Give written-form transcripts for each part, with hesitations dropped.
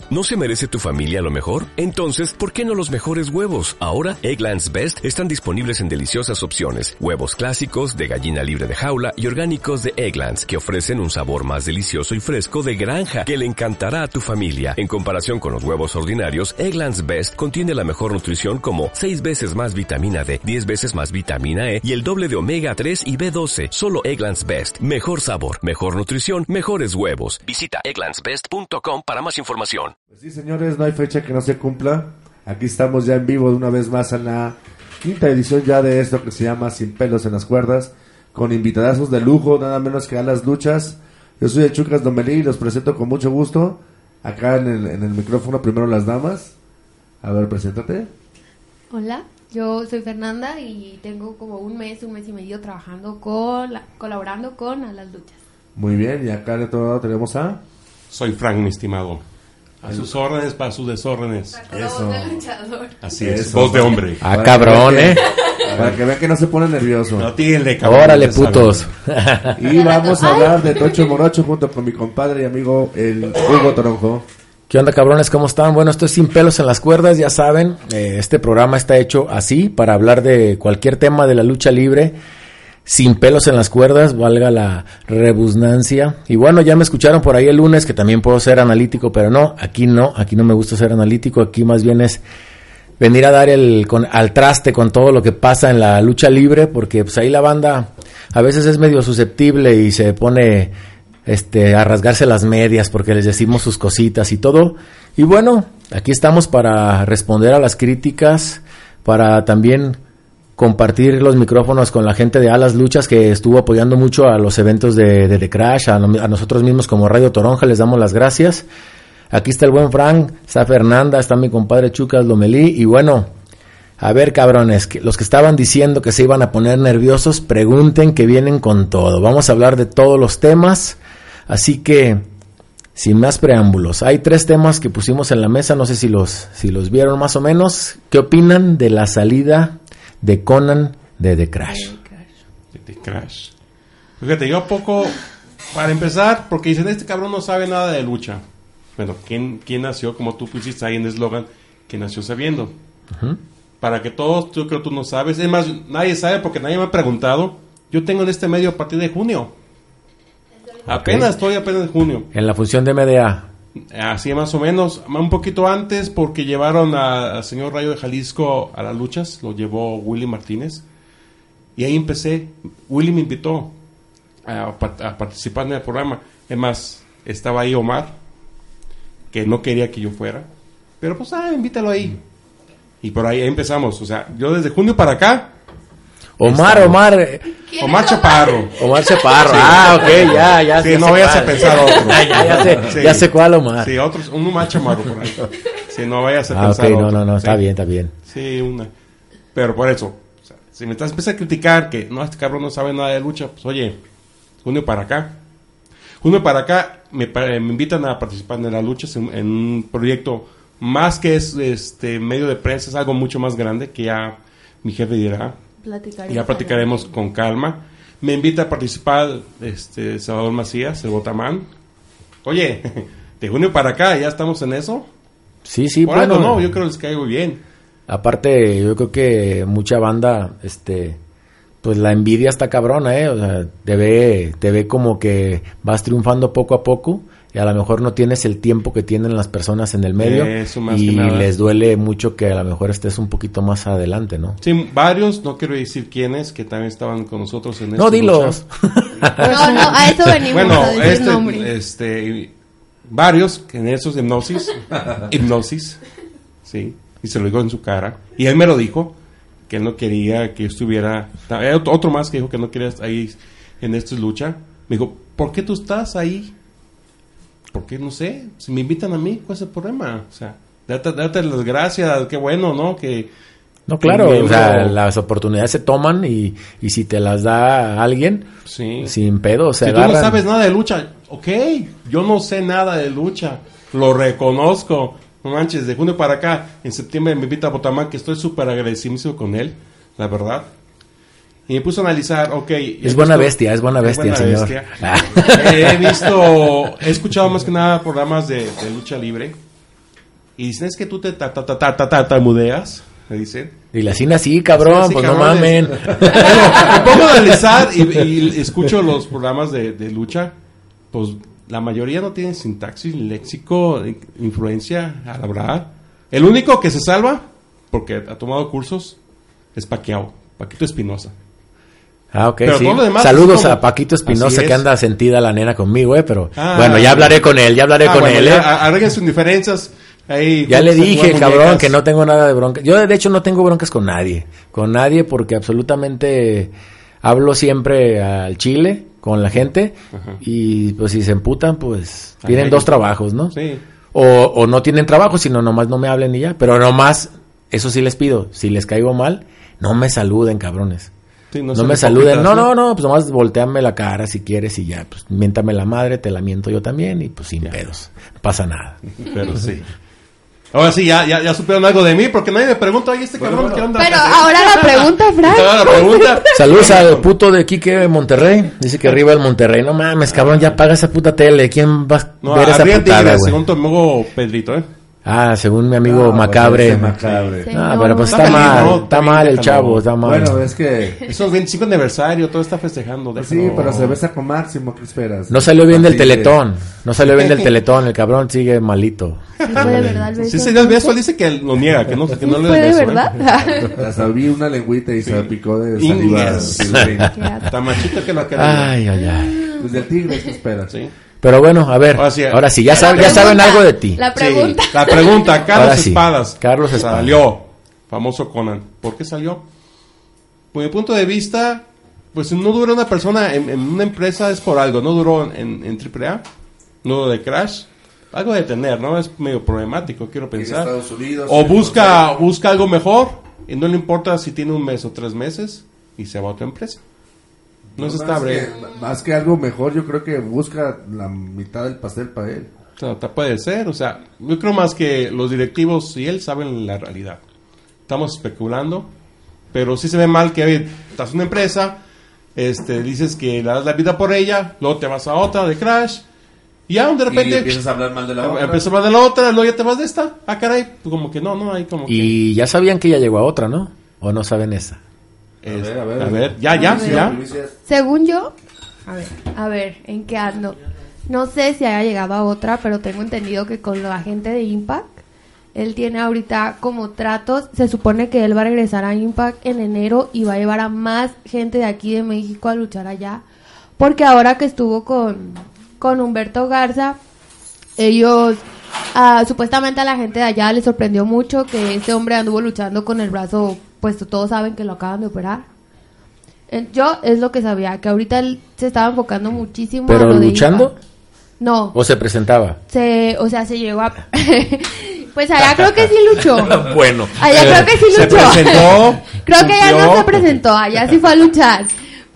¿No se merece tu familia lo mejor? Entonces, ¿por qué no los mejores huevos? Ahora, Eggland's Best están disponibles en deliciosas opciones. Huevos clásicos, de gallina libre de jaula y orgánicos de Eggland's, que ofrecen un sabor más delicioso y fresco de granja, que le encantará a tu familia. En comparación con los huevos ordinarios, Eggland's Best contiene la mejor nutrición como 6 veces más vitamina D, 10 veces más vitamina E y el doble de omega 3 y B12. Solo Eggland's Best. Mejor sabor, mejor nutrición, mejores huevos. Visita egglandsbest.com para más información. Pues sí, señores, no hay fecha que no se cumpla. Aquí estamos ya en vivo de una vez más en la 5ª edición ya de esto que se llama Sin Pelos en las Cuerdas, con invitadazos de lujo, nada menos que a las luchas. Yo soy el Chucas Lomelí y los presento con mucho gusto. Acá en el micrófono, primero las damas. A ver, preséntate. Hola, yo soy Fernanda y tengo como un mes y medio trabajando colaborando con A las Luchas. Muy bien, y acá de todo lado tenemos a... Soy Frank, mi estimado. A sus órdenes, para sus desórdenes. Eso. Así es, voz de hombre. Ah, cabrón, Para que vean que no se pone nervioso. No, tírenle, cabrón. Órale, putos. Y vamos a hablar de Tocho Morocho junto con mi compadre y amigo, el Hugo Toronjo. ¿Qué onda, cabrones? ¿Cómo están? Bueno, esto es Sin Pelos en las Cuerdas, ya saben. Este programa está hecho así, para hablar de cualquier tema de la lucha libre, sin pelos en las cuerdas, valga la rebusnancia. Y bueno, ya me escucharon por ahí el lunes que también puedo ser analítico, pero aquí no me gusta ser analítico, aquí más bien es venir a dar al traste con todo lo que pasa en la lucha libre, porque pues ahí la banda a veces es medio susceptible y se pone a rasgarse las medias porque les decimos sus cositas y todo. Y bueno, aquí estamos para responder a las críticas, para también compartir los micrófonos con la gente de A las Luchas que estuvo apoyando mucho a los eventos de The Crash, a nosotros mismos como Radio Toronja, les damos las gracias. Aquí está el buen Frank, está Fernanda, está mi compadre Chucas Lomelí, y bueno, a ver, cabrones, los que estaban diciendo que se iban a poner nerviosos, pregunten, que vienen con todo. Vamos a hablar de todos los temas, así que sin más preámbulos, hay 3 temas que pusimos en la mesa, no sé si los vieron más o menos. ¿Qué opinan de la salida de Konnan de The Crash? De The Crash. Fíjate, yo poco, para empezar, porque dicen, este cabrón no sabe nada de lucha. Bueno, ¿quién nació, como tú pusiste ahí en el eslogan, que nació sabiendo? Uh-huh. Para que todos, yo creo que tú no sabes. Es más, nadie sabe porque nadie me ha preguntado. Yo tengo en este medio a partir de junio. Apenas en junio. En la función de MDA. Así más o menos, un poquito antes, porque llevaron al señor Rayo de Jalisco a las luchas, lo llevó Willy Martínez, y ahí empecé. Willy me invitó a participar en el programa. Es más, estaba ahí Omar, que no quería que yo fuera, pero pues invítalo ahí. Y por ahí empezamos, o sea, yo desde junio para acá. Omar Chaparro. Omar Chaparro. Sí. Ok, ya. Sí, no vayas a pensar otro. Ya sé cuál, Omar. Sí, un Omar Chaparro por ahí. Sí, no vayas a pensar otro. No, sí. Está bien. Sí, pero por eso, o sea, si me estás empezando a criticar que no, este cabrón no sabe nada de lucha, pues oye, junio para acá me invitan a participar en las luchas en un proyecto más que es medio de prensa, es algo mucho más grande que ya mi jefe dirá. Ya platicaremos con calma. Me invita a participar Salvador Macías, el Botamán. Oye, de junio para acá, ¿ya estamos en eso? Sí, por bueno. No, yo creo que les caigo bien. Aparte, yo creo que mucha banda, pues la envidia está cabrona, o sea, te ve como que vas triunfando poco a poco, y a lo mejor no tienes el tiempo que tienen las personas en el medio, eso más y que nada. Les duele mucho que a lo mejor estés un poquito más adelante, ¿no? Sí, varios, no quiero decir quiénes, que también estaban con nosotros en No, dilos. No, a eso venimos, a decir nombres. Varios, que en esos hipnosis, sí, y se lo digo en su cara, y él me lo dijo, que él no quería que yo estuviera, otro más que dijo que no quería estar ahí en esta lucha. Me dijo, ¿por qué tú estás ahí? Porque no sé, si me invitan a mí, ¿cuál es el problema? O sea, date las gracias, qué bueno, ¿no? No, claro, o sea, las oportunidades se toman y si te las da alguien, sí, sin pedo, si tú no sabes nada de lucha, ok, yo no sé nada de lucha, lo reconozco, no manches, de junio para acá, en septiembre me invita a Botamán, que estoy súper agradecido con él, la verdad. Y me puse a analizar, es buena bestia, el señor. He escuchado más que nada programas de lucha libre. y dicen, es que tú te tartamudeas, me dicen. Y la cine así, cabrón, Sí, pues cabrón, no mamen. Me pongo a analizar y escucho los programas de lucha, pues la mayoría no tienen sintaxis, léxico, influencia al hablar. El único que se salva, porque ha tomado cursos, es Paquito Espinosa. Ah, ok, Pero sí. todo lo demás Saludos es como- a Paquito Espinosa, Así que es. anda sentida la nena conmigo, pero Ah, bueno, ya hablaré con él, con bueno, él, ya, arreglen sus diferencias. Ahí, Ya le juntos a dije, jugar cabrón, muñecas. que no tengo nada de bronca. Yo, de hecho, no tengo broncas con nadie, porque absolutamente hablo siempre al chile con la gente, y pues si se emputan, pues Ay, tienen ay. 2 trabajos, ¿no? Sí. O no tienen trabajo, sino nomás no me hablen y ya. Pero nomás, eso sí les pido, si les caigo mal, no me saluden, cabrones. Sí, No son me saluden, hipócritas, no, pues nomás volteame la cara si quieres y ya, pues miéntame la madre, te la miento yo también y pues sin pedos, no pasa nada. Pero sí. Ahora sí, ya supieron algo de mí, porque nadie me pregunta, oye, este cabrón, ¿qué onda? Pero ahora la pregunta, Frank. Ahora la pregunta. Saludos al puto de Quique de Monterrey, dice que arriba el Monterrey, no mames, cabrón, ya paga esa puta tele, ¿quién va a No, ver esa arriba putada, Tigres, güey? según tu amigo Pedrito, Ah, según mi amigo No, Macabre. pues, Macabre. Sí. Ah, pero pues Está está feliz, mal, ¿no? está mal el Déjalo. chavo, está mal. Bueno, es que... Es el 25 aniversario, todo está festejando. Pues sí, déjalo. pero se besa con Máximo, ¿qué esperas? No salió bien del Así que- Teletón, el cabrón sigue malito. Sí, fue de verdad el beso. Sí, señor beso, él dice que lo niega, que no Sí, le fue da de beso. verdad. Hasta vi una lengüita y se picó de saliva. Ingas. Sí, Qué asco. Está machito que lo queda. Ay, ay, ay. Pues del tigre, ¿qué esperas? Sí. Pero bueno, a ver, ahora sí, ya saben algo de ti. La pregunta. Sí, la pregunta, Carlos Ahora sí, Espadas. Carlos Espadas. Salió, famoso Conan. ¿Por qué salió? Por mi punto de vista, pues no dura una persona en una empresa es por algo. No duró en AAA, no duró de Crash. Algo de tener, ¿no? Es medio problemático, quiero En pensar. Estados Unidos, O en busca algo mejor y no le importa si tiene 1 mes o 3 meses y se va a otra empresa. No se está más que algo mejor, yo creo que busca la mitad del pastel para él. O sea, puede ser, o sea, yo creo más que los directivos y él saben la realidad. Estamos especulando, pero sí se ve mal que oye, estás en una empresa, dices que le das la vida por ella, luego te vas a otra de Crash, y ya de Y repente empiezas a hablar mal de la otra. empiezas a hablar de la otra, luego ya te vas de esta, ah caray, pues como que no, hay como Y ya sabían que ya llegó a otra, ¿no? ¿O no saben esa? que... A ver. a ver, ya. Según yo, a ver, ¿en qué ando? No sé si haya llegado a otra, pero tengo entendido que con la gente de Impact, él tiene ahorita como tratos, se supone que él va a regresar a Impact en enero y va a llevar a más gente de aquí de México a luchar allá, porque ahora que estuvo con Humberto Garza, ellos, supuestamente a la gente de allá le sorprendió mucho que este hombre anduvo luchando con el brazo, pues todos saben que lo acaban de operar. Yo es lo que sabía, que ahorita él se estaba enfocando muchísimo ¿Pero a lo de luchando? Impact. No, ¿O se presentaba? se llegó a... pues allá creo que sí luchó. Bueno. Allá creo que sí Se luchó. presentó, Creo que allá no cumplió. se presentó, allá sí fue a luchar.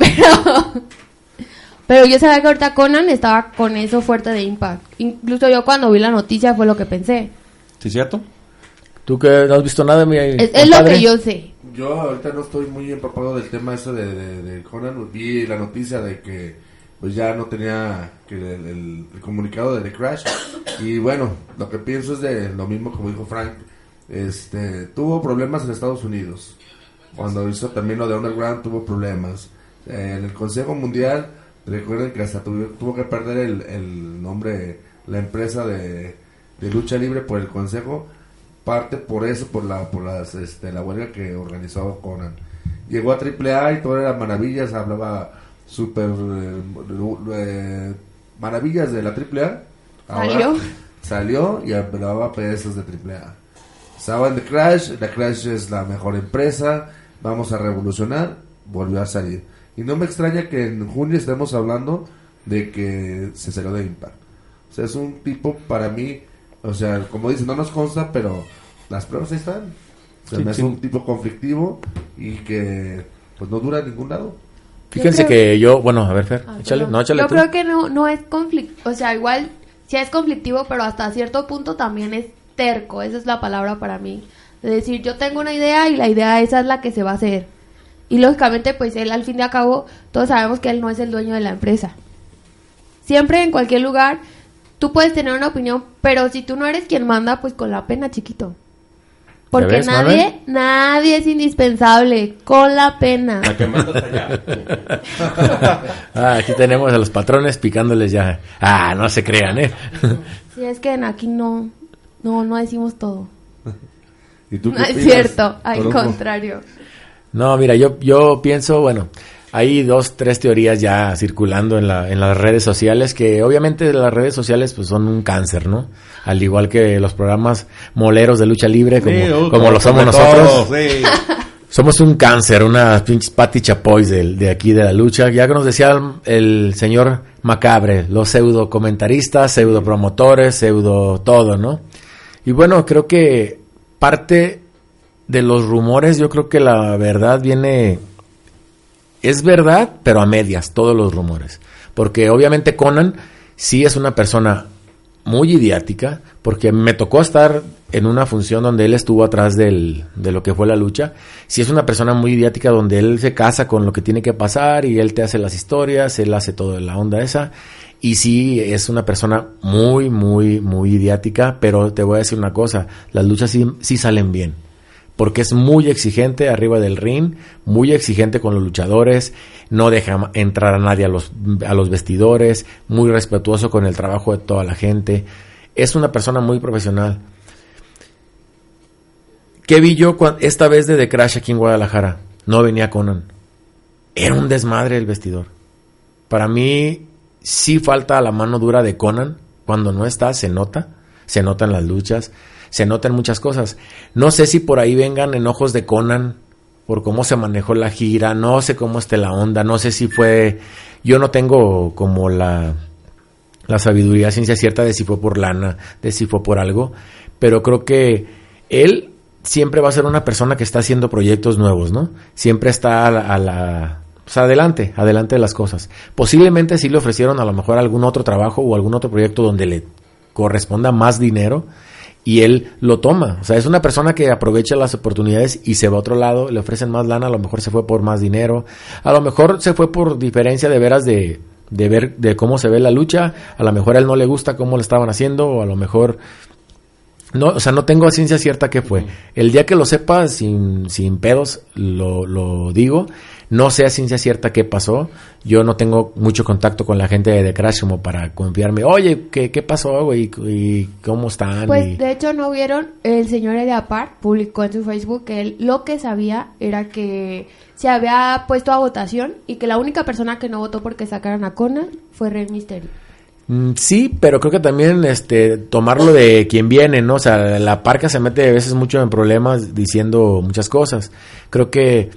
Pero yo sabía que ahorita Conan estaba con eso fuerte de Impact. Incluso yo cuando vi la noticia fue lo que pensé. ¿Sí es cierto? ¿Tú que no has visto nada, mi Es lo que yo sé. Yo ahorita no estoy muy empapado del tema eso de Conan. Vi la noticia de que pues ya no tenía que el comunicado de The Crash. Y bueno, lo que pienso es de lo mismo como dijo Frank. Tuvo problemas en Estados Unidos. Cuando hizo también lo de Underground tuvo problemas. En el Consejo Mundial, recuerden que hasta tuvo que perder el nombre, la empresa de lucha libre por el Consejo. Parte por eso, por la huelga que organizó Conan. Llegó a AAA y todo era maravillas, hablaba súper maravillas de la AAA. Ahora salió y hablaba pesos de AAA. Estaba en The Crash, la Crash es la mejor empresa, vamos a revolucionar, volvió a salir. Y no me extraña que en junio estemos hablando de que se salió de Impact. O sea, es un tipo para mí, o sea, como dicen, no nos consta, pero las pruebas ahí están. O sea, Sí, me hace sí. un tipo conflictivo y que pues no dura en ningún lado. Fíjense Yo que yo, bueno, a ver, Fer, échale, perdón. no, échale Yo tú. creo que no es conflictivo, o sea, igual sí es conflictivo, pero hasta cierto punto también es terco, esa es la palabra para mí. De decir, yo tengo una idea y la idea esa es la que se va a hacer. Y lógicamente, pues él al fin y al cabo, todos sabemos que él no es el dueño de la empresa. Siempre en cualquier lugar tú puedes tener una opinión, pero si tú no eres quien manda, pues con la pena, chiquito. Porque ves, nadie es indispensable, con la pena. La que manda está allá. Aquí tenemos a los patrones picándoles ya. No se crean, Sí, es que aquí no decimos todo. ¿Y tú No qué es opinas, cierto, al Torujo? contrario. No, mira, yo pienso, bueno, hay 2, 3 teorías ya circulando en las redes sociales, que obviamente las redes sociales pues son un cáncer, ¿no? Al igual que los programas moleros de lucha libre, como lo somos nosotros. Sí. Somos un cáncer, unas pinches Pati Chapoys de aquí de la lucha. Ya que nos decía el señor Macabre, los pseudo comentaristas, pseudo promotores, pseudo todo, ¿no? Y bueno, creo que parte de los rumores, yo creo que la verdad es verdad, pero a medias, todos los rumores. Porque obviamente Conan sí es una persona muy idiática, porque me tocó estar en una función donde él estuvo atrás de lo que fue la lucha. Sí es una persona muy idiática, donde él se casa con lo que tiene que pasar y él te hace las historias, él hace toda la onda esa. Y sí es una persona muy, muy, muy idiática, pero te voy a decir una cosa, las luchas sí salen bien. Porque es muy exigente arriba del ring, muy exigente con los luchadores, no deja entrar a nadie a los vestidores, muy respetuoso con el trabajo de toda la gente. Es una persona muy profesional. ¿Qué vi yo esta vez de The Crash aquí en Guadalajara? No venía Conan. Era un desmadre el vestidor. Para mí sí falta la mano dura de Conan. Cuando no está, se nota en las luchas. Se notan muchas cosas. No sé si por ahí vengan enojos de Conan por cómo se manejó la gira, no sé cómo esté la onda, no sé si fue... Yo no tengo como la sabiduría ciencia cierta de si fue por lana, de si fue por algo, pero creo que él siempre va a ser una persona que está haciendo proyectos nuevos, ¿no? Siempre está pues adelante de las cosas. Posiblemente sí le ofrecieron a lo mejor algún otro trabajo o algún otro proyecto donde le corresponda más dinero, y él lo toma. O sea, es una persona que aprovecha las oportunidades y se va a otro lado, le ofrecen más lana, a lo mejor se fue por más dinero, a lo mejor se fue por diferencia de veras de ver de cómo se ve la lucha, a lo mejor a él no le gusta cómo lo estaban haciendo, o a lo mejor no, o sea, no tengo a ciencia cierta qué fue. El día que lo sepa, sin pedos, lo digo. No sé a ciencia cierta qué pasó. Yo no tengo mucho contacto con la gente de The Crash como para confiarme. Oye, ¿qué pasó, güey? ¿Y cómo están? Pues, de hecho, ¿no vieron? El señor Ediapart publicó en su Facebook que él lo que sabía era que se había puesto a votación y que la única persona que no votó porque sacaran a Conan fue Rey Mysterio. Sí, pero creo que también tomarlo de quien viene, ¿no? O sea, la parca se mete a veces mucho en problemas diciendo muchas cosas. Creo que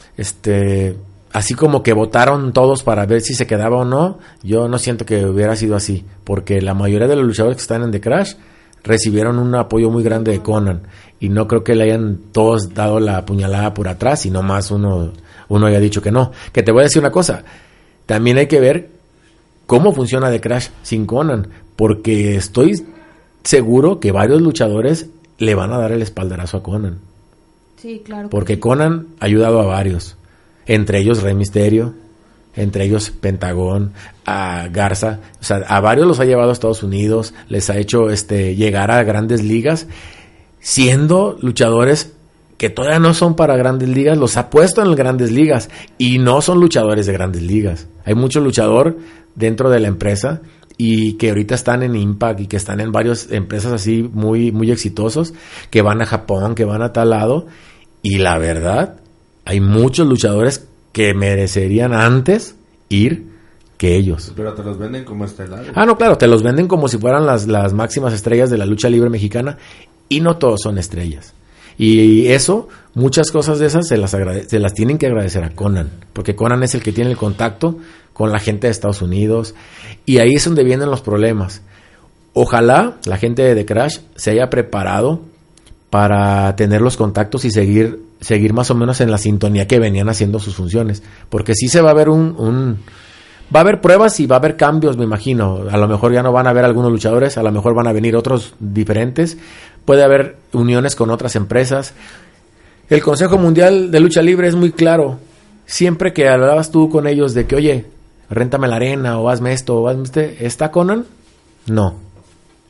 así como que votaron todos para ver si se quedaba o no, yo no siento que hubiera sido así, porque la mayoría de los luchadores que están en The Crash recibieron un apoyo muy grande de Conan, y no creo que le hayan todos dado la puñalada por atrás, y nomás uno haya dicho que no. Que te voy a decir una cosa, también hay que ver cómo funciona The Crash sin Conan, porque estoy seguro que varios luchadores le van a dar el espaldarazo a Conan. Sí, claro. Porque sí. Conan ha ayudado a varios, entre ellos Rey Mysterio, entre ellos Pentagón, a Garza, o sea, a varios los ha llevado a Estados Unidos, les ha hecho llegar a grandes ligas, siendo luchadores que todavía no son para grandes ligas, los ha puesto en las grandes ligas, y no son luchadores de grandes ligas. Hay mucho luchador dentro de la empresa, y que ahorita están en Impact y que están en varias empresas así muy, muy exitosos, que van a Japón, que van a tal lado, y la verdad, hay muchos luchadores que merecerían antes ir que ellos. Pero te los venden como estelares. No, claro, te los venden como si fueran las máximas estrellas de la lucha libre mexicana, y no todos son estrellas. Y eso, muchas cosas de esas se las tienen que agradecer a Conan, porque Conan es el que tiene el contacto con la gente de Estados Unidos, y ahí es donde vienen los problemas. Ojalá la gente de The Crash se haya preparado para tener los contactos y seguir más o menos en la sintonía que venían haciendo sus funciones, porque sí se va a ver va a haber pruebas y va a haber cambios, me imagino. A lo mejor ya no van a haber algunos luchadores, a lo mejor van a venir otros diferentes, puede haber uniones con otras empresas. El Consejo Mundial de Lucha Libre es muy claro. Siempre que hablabas tú con ellos de que, oye, réntame la arena, o hazme esto, o hazme ¿está Conan? No.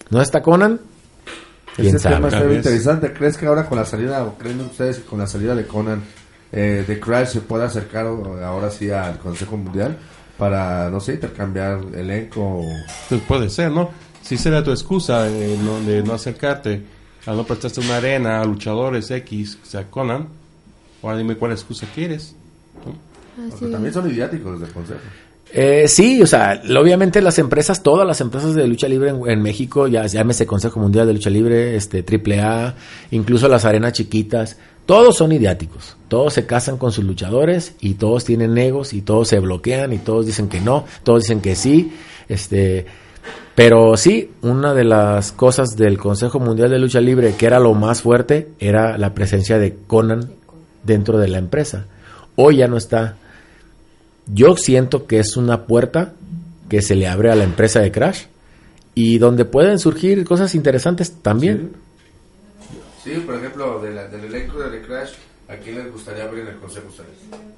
¿No está Conan? Este sabe, tema está tal muy vez. interesante. ¿Crees que ahora con la salida, o creen ustedes que con la salida de Conan, de Crash se pueda acercar ahora sí al Consejo Mundial para, no sé, intercambiar elenco? Pues puede ser, ¿no? Si será tu excusa de no acercarte, a no prestaste una arena a luchadores X, o sea, Conan, ahora dime cuál excusa quieres, ¿no? Así Porque también es. son idiáticos del Consejo. Sí, o sea, obviamente las empresas, todas las empresas de lucha libre en México, ya llámese Consejo Mundial de Lucha Libre, AAA, incluso las arenas chiquitas, todos son idiáticos. Todos se casan con sus luchadores y todos tienen egos y todos se bloquean y todos dicen que no, todos dicen que sí, pero sí, una de las cosas del Consejo Mundial de Lucha Libre que era lo más fuerte era la presencia de Conan dentro de la empresa. Hoy ya no está. Yo siento que es una puerta que se le abre a la empresa de Crash y donde pueden surgir cosas interesantes también. Sí, por ejemplo, del elenco de The Crash, ¿a quién les gustaría ver en el Consejo ustedes?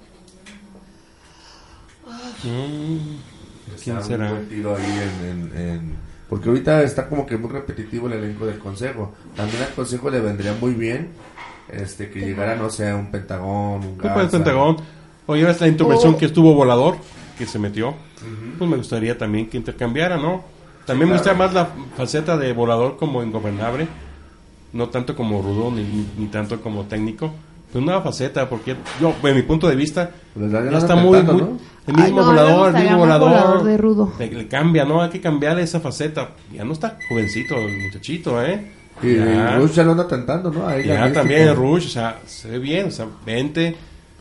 ¿Quién Está será? un buen tiro ahí porque ahorita está como que muy repetitivo el elenco del Consejo. También al Consejo le vendría muy bien que llegara, no sé, un Pentagón, un ¿Qué Garza. puede Pentagón? Oye, ves la intervención Oh. que estuvo Volador, que se metió. Pues me gustaría también que intercambiara, ¿no? También me gusta más la faceta de Volador como ingobernable, no tanto como rudo ni tanto como técnico. Pues una faceta, porque yo, en mi punto de vista, Pues ya ya está muy, cantando, muy ¿no? el mismo Ay, no, Volador, me el mismo gustaría más Volador, de rudo. le cambia, ¿no? Hay que cambiarle esa faceta. Ya no está jovencito el muchachito, ¿eh? Y Ya. Rush ya lo anda tentando, ¿no? Ahí Ya ganístico. también Rush, o sea, se ve bien, o sea, 20.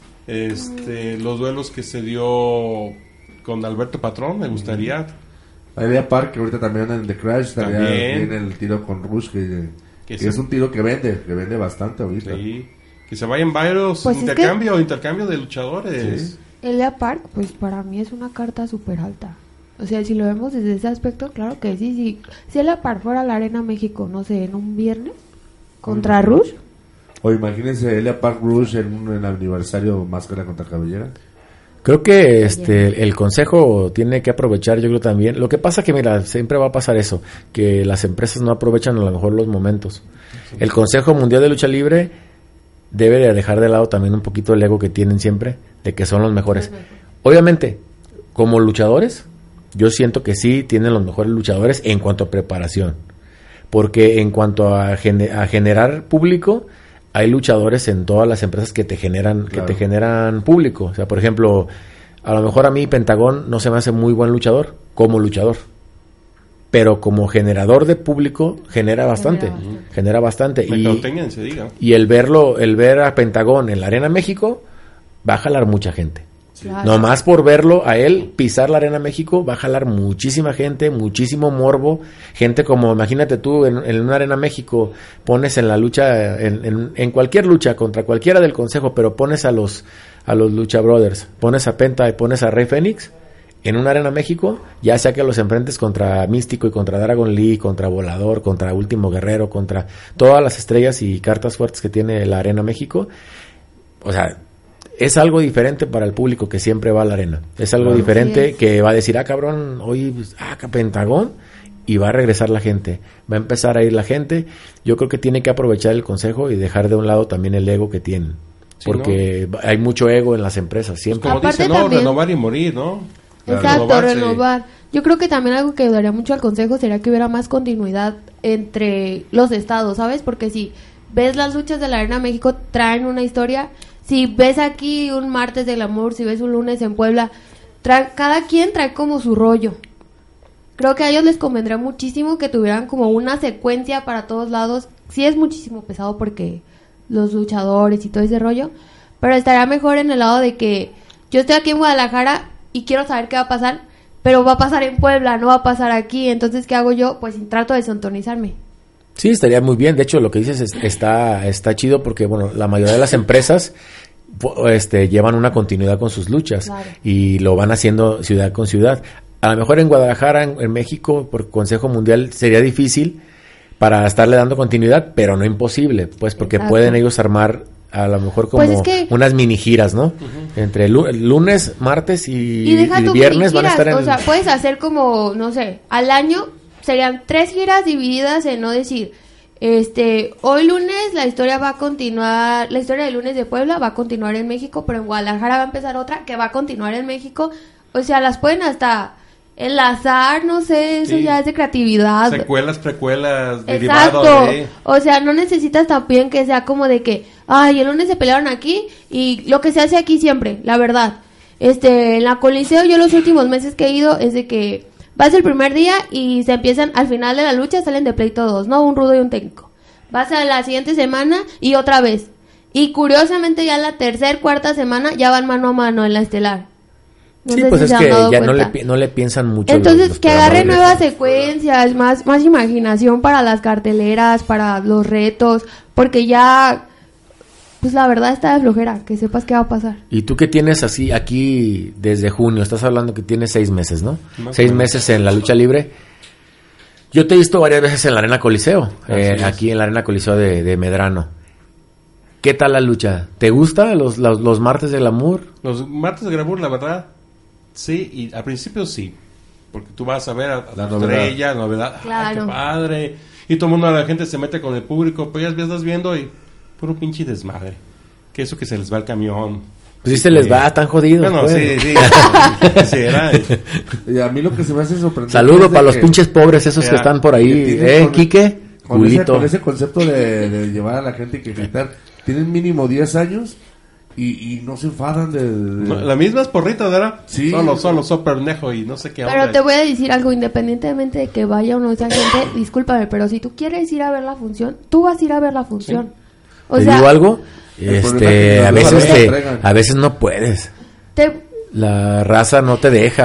Los duelos que se dio con Alberto Patrón, me gustaría. Idea Park, que ahorita también en The Crash, estaría También. bien el tiro con Rush, que sí. es un tiro que vende bastante ahorita. Sí, que se vayan varios Pues es intercambio de luchadores. Sí. Elia Park, pues para mí es una carta súper alta. O sea, si lo vemos desde ese aspecto, claro que sí. Si Elia Park fuera a la Arena México, no sé, en un viernes, contra Rush, O imagínense Elia Park Rush en el aniversario Máscara contra Cabellera. Creo que el consejo tiene que aprovechar, yo creo también. Lo que pasa que, mira, siempre va a pasar eso, que las empresas no aprovechan a lo mejor los momentos. El Consejo Mundial de Lucha Libre debe de dejar de lado también un poquito el ego que tienen siempre, de que son los mejores. Obviamente, como luchadores, yo siento que sí tienen los mejores luchadores en cuanto a preparación. Porque en cuanto a generar público, hay luchadores en todas las empresas que te generan público. O sea, por ejemplo, a lo mejor a mí Pentagón no se me hace muy buen luchador como luchador, pero como generador de público genera bastante. Mercadotecnia, ni se diga. Y el ver a Pentagón en la Arena México va a jalar mucha gente. claro. Nomás por verlo a él pisar la Arena México va a jalar muchísima gente, muchísimo morbo, gente como, imagínate tú en una Arena México, pones en la lucha, en cualquier lucha contra cualquiera del consejo, pero pones a los Lucha Brothers, pones a Penta y pones a Rey Fénix en una Arena México, ya sea que los enfrentes contra Místico y contra Dragon Lee, contra Volador, contra Último Guerrero, contra todas las estrellas y cartas fuertes que tiene la Arena México, o sea, es algo diferente para el público que siempre va a la arena. Es algo diferente es. que va a decir, cabrón, hoy, pues, Pentagón, y va a regresar la gente. Va a empezar a ir la gente. Yo creo que tiene que aprovechar el consejo y dejar de un lado también el ego que tienen. Sí, porque hay mucho ego en las empresas, siempre. Como Aparte dicen, no, también- renovar y morir, ¿no? Exacto, Renovarse. renovar. Yo creo que también algo que ayudaría mucho al consejo sería que hubiera más continuidad entre los estados, ¿sabes? Porque si ves las luchas de la Arena México, traen una historia. Si ves aquí un martes de glamour, si ves un lunes en Puebla, cada quien trae como su rollo. Creo que a ellos les convendría muchísimo que tuvieran como una secuencia para todos lados. Sí es muchísimo pesado porque los luchadores y todo ese rollo, pero estaría mejor en el lado de que yo estoy aquí en Guadalajara y quiero saber qué va a pasar, pero va a pasar en Puebla, no va a pasar aquí. Entonces, ¿qué hago yo? Pues trato de sintonizarme. Sí, estaría muy bien. De hecho, lo que dices está chido porque, bueno, la mayoría de las empresas llevan una continuidad con sus luchas, Claro. y lo van haciendo ciudad con ciudad. A lo mejor en Guadalajara, en México, por Consejo Mundial sería difícil para estarle dando continuidad, pero no imposible, pues porque Exacto. pueden ellos armar a lo mejor como Pues es que- unas mini giras, ¿no? Entre lunes, martes Y deja y tu viernes van a estar en o sea, puedes hacer como, no sé, al año serían 3 giras divididas en no decir, hoy lunes la historia va a continuar, la historia del lunes de Puebla va a continuar en México, pero en Guadalajara va a empezar otra que va a continuar en México. O sea, las pueden hasta enlazar, no sé, eso ya es de creatividad. Secuelas, precuelas, Exacto. derivados de... O sea, no necesitas también que sea como de que, ay, el lunes se pelearon aquí y lo que se hace aquí siempre, la verdad. En la Coliseo yo los últimos meses que he ido es de que vas el primer día y se empiezan, al final de la lucha salen de pleito 2, ¿no? Un rudo y un técnico. Vas a la siguiente semana y otra vez. Y curiosamente ya la tercera, cuarta semana ya van mano a mano en la estelar. No sí, sé pues si es se que han dado ya cuenta. no le piensan mucho. Entonces, los que agarre programadores. nuevas secuencias, más imaginación para las carteleras, para los retos, porque ya, pues la verdad está de flojera, que sepas qué va a pasar. Y tú que tienes así aquí desde junio, estás hablando que tienes 6 meses, ¿no? Más 6 o menos. meses en la lucha libre. Yo te he visto varias veces en la Arena Coliseo, Así es. aquí en la Arena Coliseo de Medrano. ¿Qué tal la lucha? ¿Te gusta los martes del Glamour? Los martes de Glamour, la verdad, sí, y al principio sí, porque tú vas a ver a La tu novedad. estrella, novedad, ¡ay, Claro. qué padre! Y todo el mundo, la gente se mete con el público, pues ya estás viendo y puro pinche desmadre. Que eso que se les va el camión. Pues sí se les va, están jodidos. Bueno, pues. sí, sí, era, Y a mí lo que se me hace sorprendente Saludo es de para los que- pinches pobres esos que Ya. están por que ahí. tienen con- Quique, con Julito. ese concepto de llevar a la gente y que gritar, tienen mínimo 10 años y no se enfadan de... No, la misma es porrita, ¿verdad? Sí. Solo soy pendejo y no sé qué Pero onda. te voy a decir algo, independientemente de que vaya o no esa gente, discúlpame, pero si tú quieres ir a ver la función, tú vas a ir a ver la función. O ¿Te sea, digo algo? El problema es que A luego veces no lo entregan. a veces no puedes. te- La raza no te deja,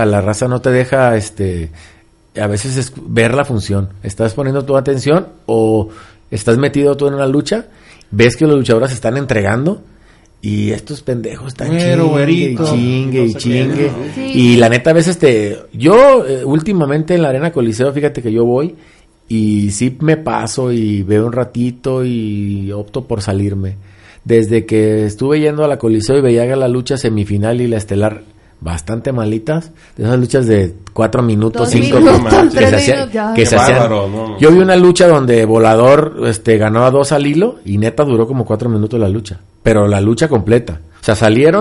a veces es ver la función. Estás poniendo tu atención o estás metido tú en una lucha, ves que los luchadores se están entregando y estos pendejos están Güero, güerito, chingue y no sé chingue. Sí. qué. Y la neta a veces yo últimamente en la Arena Coliseo, fíjate que yo voy y sí me paso y veo un ratito y opto por salirme. Desde que estuve yendo a la Coliseo y veía la lucha semifinal y la estelar bastante malitas, de esas luchas de 4 minutos, 2 5 minutos, que 3 se hacía- minutos, ya. que Qué se hacían. bárbaro, no. Yo vi una lucha donde Volador ganó a 2 al hilo y neta duró como 4 minutos la lucha, pero la lucha completa. O sea,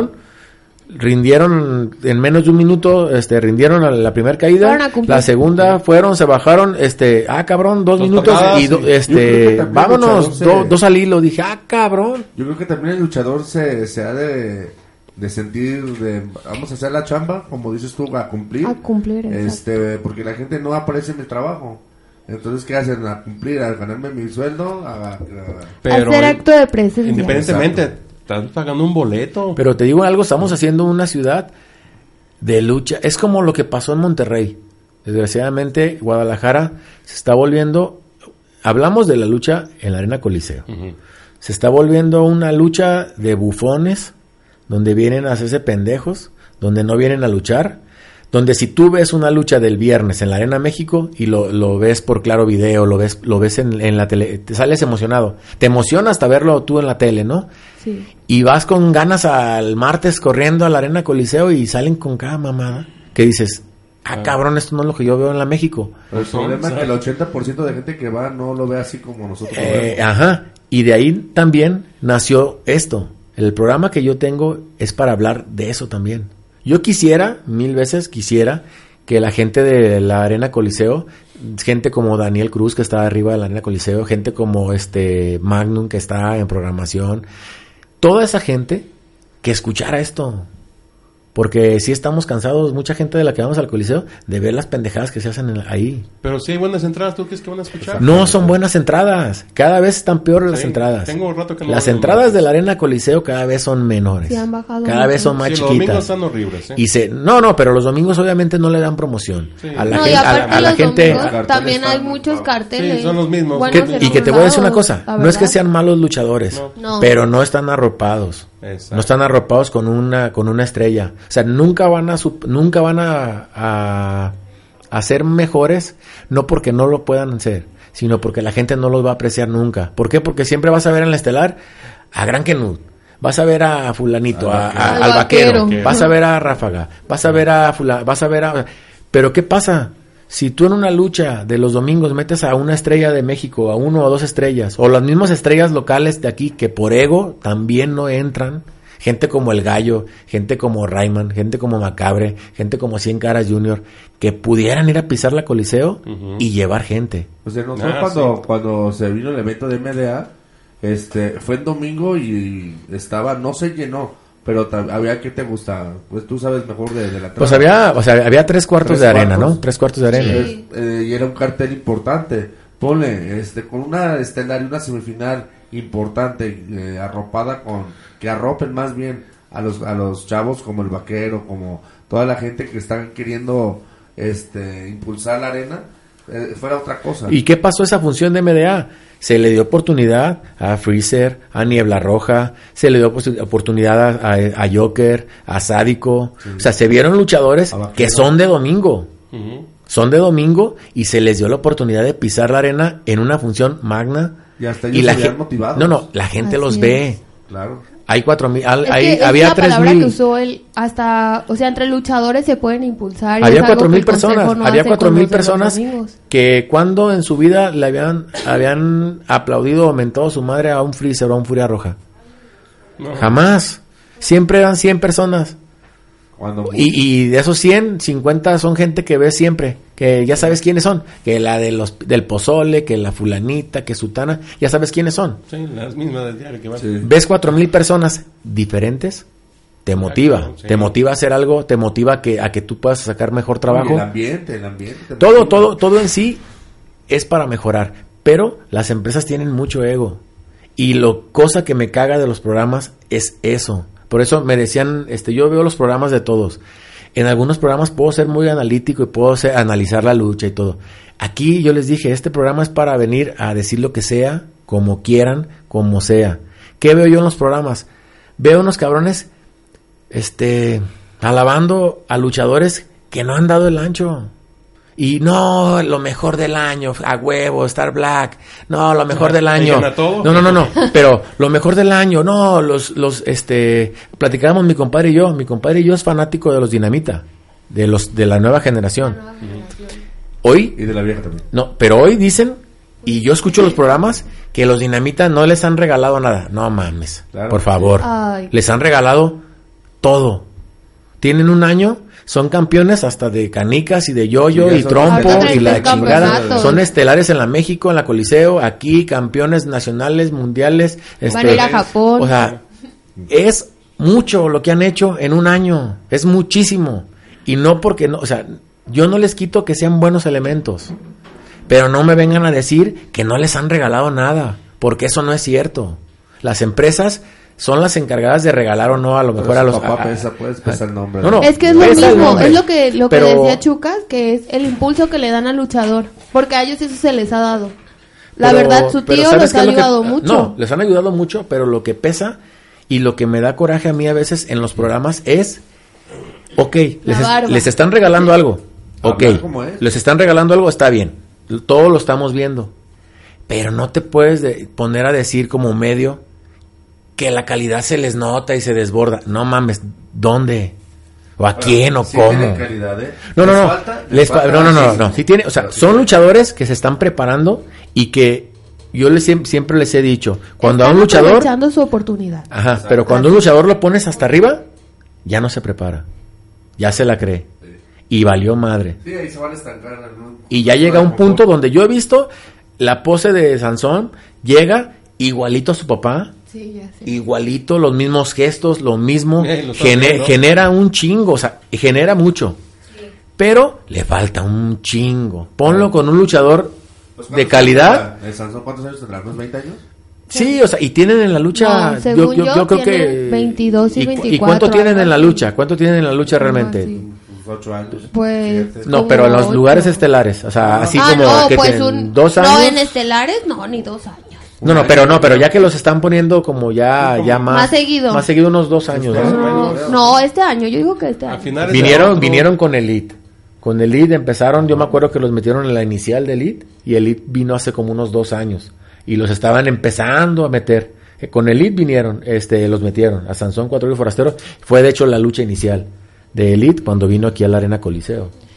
rindieron en menos de un minuto, rindieron a la primera caída, Fueron a cumplir. la segunda fueron, se bajaron, cabrón, 2 Dos minutos tocadas, y sí. Yo creo que también vámonos, el luchador se- 2 al hilo, dije, cabrón. Yo creo que también el luchador se ha de sentir vamos a hacer la chamba, como dices tú, a cumplir. A cumplir, exacto. Porque la gente no aprecia mi trabajo. Entonces, ¿qué hacen? A cumplir, a ganarme mi sueldo, Pero hacer acto de presencia. independientemente, estás pagando un boleto. Pero te digo algo, estamos haciendo una ciudad de lucha. Es como lo que pasó en Monterrey. Desgraciadamente, Guadalajara se está volviendo... Hablamos de la lucha en la Arena Coliseo. Ujú. Se está volviendo una lucha de bufones, donde vienen a hacerse pendejos, donde no vienen a luchar, donde si tú ves una lucha del viernes en la Arena México y lo ves por Claro Video, lo ves en la tele, te sales emocionado. Te emociona hasta verlo tú en la tele, ¿no? Sí. Y vas con ganas al martes corriendo a la Arena Coliseo y salen con cada mamada que dices, cabrón, esto no es lo que yo veo en la México. Pero el problema es que el 80% de gente que va no lo ve así como nosotros lo vemos. Ajá. Y de ahí también nació esto. El programa que yo tengo es para hablar de eso también. Yo quisiera, 1000 veces quisiera, que la gente de la Arena Coliseo, gente como Daniel Cruz que está arriba de la Arena Coliseo, gente como Magnum que está en programación, toda esa gente que escuchara esto. Porque sí estamos cansados, mucha gente de la que vamos al Coliseo, de ver las pendejadas que se hacen ahí. Pero si hay buenas entradas, ¿tú crees que van a escuchar? No son buenas entradas. Cada vez están peores las Sí, entradas. tengo un rato que no Las veo entradas más. de la Arena Coliseo cada vez son menores. Sí, han bajado cada mucho. vez son más Sí, los domingos chiquitas. están horribles, ¿eh? Y pero los domingos obviamente no le dan promoción. Sí. A la No, gente, y aparte a la los gente domingos Carteles también hay están- muchos carteles. Sí, son los mismos. buenos en y que te unos voy a decir una lados, cosa, la no es que verdad. sean malos luchadores, No. pero no están arropados. Exacto. No están arropados con una estrella. O sea, nunca van a ser mejores, no porque no lo puedan hacer, sino porque la gente no los va a apreciar nunca. ¿Por qué? Porque siempre vas a ver en la estelar a Gran Kenut, vas a ver a fulanito, Al al vaquero, vaquero. vas a ver a Ráfaga, vas a ver a pero ¿qué pasa? si tú en una lucha de los domingos metes a una estrella de México, a 1 o 2 estrellas, o las mismas estrellas locales de aquí que por ego también no entran, gente como El Gallo, gente como Rayman, gente como Macabre, gente como 100 Caras Junior, que pudieran ir a pisar la Coliseo y llevar gente. O sea, nosotros cuando se vino el evento de MDA, fue en domingo y no se llenó. Pero había, ¿qué te gusta? Pues tú sabes mejor de la Pues había 3 cuartos de arena, ¿no? 3 cuartos de arena. Sí. Y era un cartel importante. Ponle, con una estelar y una semifinal importante, arropada que arropen más bien a los chavos como el Vaquero, como toda la gente que están queriendo, impulsar la arena, fuera otra cosa. ¿Y qué pasó esa función de MDA? Se le dio oportunidad a Freezer, a Niebla Roja, se le dio oportunidad a Joker, a Sádico. Sí. O sea, se vieron luchadores que son de domingo. Son de domingo y se les dio la oportunidad de pisar la arena en una función magna. Y hasta ellos se veían motivados. No, la gente los ve. Claro. Hay 4,000, había 3,000. La palabra que usó entre luchadores se pueden impulsar. Había 4,000 personas, había 4,000 personas que cuando en su vida le habían aplaudido o mentado su madre a un Freezer o a un Furia Roja. No. Jamás. Siempre eran 100 personas. Y de esos 100, 50 son gente que ves siempre, que ya sabes quiénes son, que la del pozole, que la fulanita, que sutana, ya sabes quiénes son. Sí, las mismas del diario que van. Sí. Ves 4,000 personas diferentes, te motiva, sí. Te motiva a hacer algo, te motiva a que tú puedas sacar mejor trabajo. El ambiente. Todo en sí es para mejorar, pero las empresas tienen mucho ego y cosa que me caga de los programas es eso. Por eso me decían, yo veo los programas de todos. En algunos programas puedo ser muy analítico y puedo analizar la lucha y todo. Aquí yo les dije, este programa es para venir a decir lo que sea, como quieran, como sea. ¿Qué veo yo en los programas? Veo unos cabrones, alabando a luchadores que no han dado el ancho. Y no, lo mejor del año, a huevo, Star Black. No, lo mejor del año. No. Pero lo mejor del año, no, platicábamos mi compadre y yo. Mi compadre y yo es fanático de los Dinamita, de la nueva generación. Hoy. Y de la vieja también. No, pero hoy dicen, y yo escucho los programas, que los Dinamita no les han regalado nada. No mames, claro, por favor. Ay. Les han regalado todo. Tienen un año. Son campeones hasta de canicas y de yoyo y trompo y la chingada. Son estelares en la México, en la Coliseo, aquí, campeones nacionales, mundiales. Van a ir a Japón. O sea, es mucho lo que han hecho en un año. Es muchísimo. Y no porque no, o sea, yo no les quito que sean buenos elementos. Pero no me vengan a decir que no les han regalado nada. Porque eso no es cierto. Las empresas son las encargadas de regalar o no a lo mejor a los puedes pesar el nombre. No, es que es lo mismo, es lo que decía Chucas, que es el impulso que le dan al luchador, porque a ellos eso se les ha dado. La verdad, su tío les ha ayudado mucho. No, les han ayudado mucho, pero lo que pesa y lo que me da coraje a mí a veces en los programas es, les están regalando algo. Les están regalando algo, está bien. Todo lo estamos viendo. Pero no te puedes poner a decir como medio que la calidad se les nota y se desborda. No mames, ¿dónde? ¿O a quién o cómo? ¿Tienen calidad, No. Sí tiene, o sea, son luchadores que se están preparando y que yo siempre les he dicho, cuando a un luchador aprovechando su oportunidad. Ajá, exacto. Pero cuando un luchador lo pones hasta arriba, ya no se prepara. Ya se la cree. Sí. Y valió madre. Sí, ahí se van a estancar. Y ya llega un punto donde yo he visto la pose de Sansón, llega igualito a su papá. Sí, ya sé. Igualito, los mismos gestos, lo mismo, genera un chingo, o sea, genera mucho, sí. Pero le falta un chingo. Ponlo con un luchador de calidad. ¿Cuántos años tendrá? ¿Unos 20 años? Sí, o sea, y tienen en la lucha, no, según yo creo que 22 y 24. ¿Y cuánto tienen en la lucha? ¿Cuánto tienen en la lucha realmente? Sí. 8 años. Pues no, pero en los lugares estelares, o sea, así como no, que pues tienen 2 años. No, en estelares no, ni 2 años. Pero ya que los están poniendo como ya más seguido unos 2 años. No, este año, yo digo que este año. Vinieron con Elite. Con Elite empezaron, yo me acuerdo que los metieron en la inicial de Elite y Elite vino hace como unos 2 años y los estaban empezando a meter. Con Elite vinieron, los metieron a Sansón, Cuatro y Forastero. Fue de hecho la lucha inicial de Elite cuando vino aquí a la Arena Coliseo.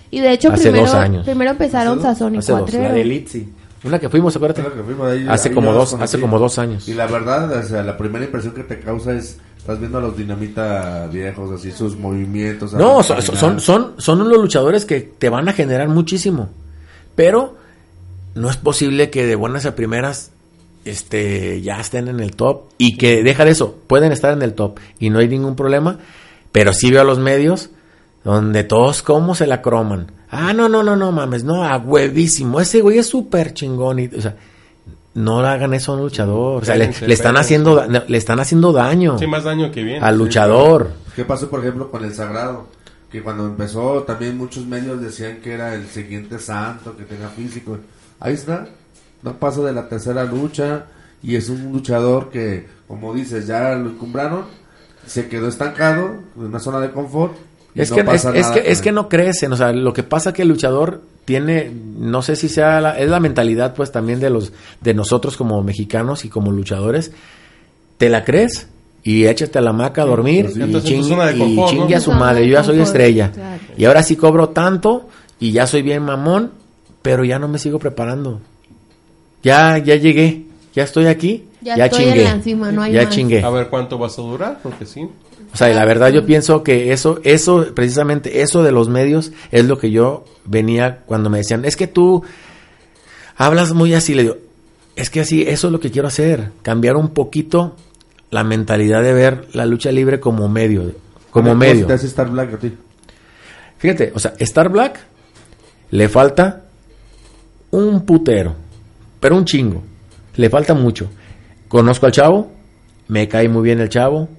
Y de hecho, Hace 2 años. primero empezaron ¿Hace Sazón y Hace 2, Cuatrero. la de Litzy. Una que fuimos, acuérdate. Claro que fuimos ahí, Hace ahí como yo los dos, hace conocí. como 2 años. Y la verdad, o sea, la primera impresión que te causa es, estás viendo a los Dinamita viejos, así sus movimientos. No, a caminar. son unos luchadores que te van a generar muchísimo. Pero no es posible que de buenas a primeras ya estén en el top. Y que, deja de eso, pueden estar en el top y no hay ningún problema. Pero sí veo a los medios donde todos como se la croman. Ah, no mames, no, a huevísimo. Ese güey es súper chingón. O sea, no le hagan eso a un luchador. O sea, le están haciendo daño Sí, más daño que bien. al luchador. ¿Qué pasó, por ejemplo, con el Sagrado? Que cuando empezó, también muchos medios decían que era el siguiente santo, que tenía físico. Ahí está, no pasa de la tercera lucha, y es un luchador que, como dices, ya lo encumbraron, se quedó estancado en una zona de confort. Y Es no que pasa nada con es que él. no crecen, o sea, lo que pasa que el luchador tiene, no sé si sea es la mentalidad pues también de nosotros como mexicanos y como luchadores. ¿Te la crees? Y échate a la hamaca a dormir pues sí. y, Entonces, en tu zona de confort, chingue ¿no? a su madre, yo ya soy Confort, estrella. claro. Y ahora sí cobro tanto y ya soy bien mamón, pero ya no me sigo preparando. Ya llegué, ya estoy aquí, Ya ya estoy chingué. en la cima, no hay ya más. chingué. A ver cuánto vas a durar, porque sí. O sea, y la verdad yo pienso que eso, precisamente eso de los medios es lo que yo venía cuando me decían, es que tú hablas muy así, le digo, es que así, eso es lo que quiero hacer, cambiar un poquito la mentalidad de ver la lucha libre como medio, como ¿Cómo medio. te hace Star Black a ti? Fíjate, o sea, Star Black le falta un putero, pero un chingo, le falta mucho. Conozco al chavo, me cae muy bien el chavo,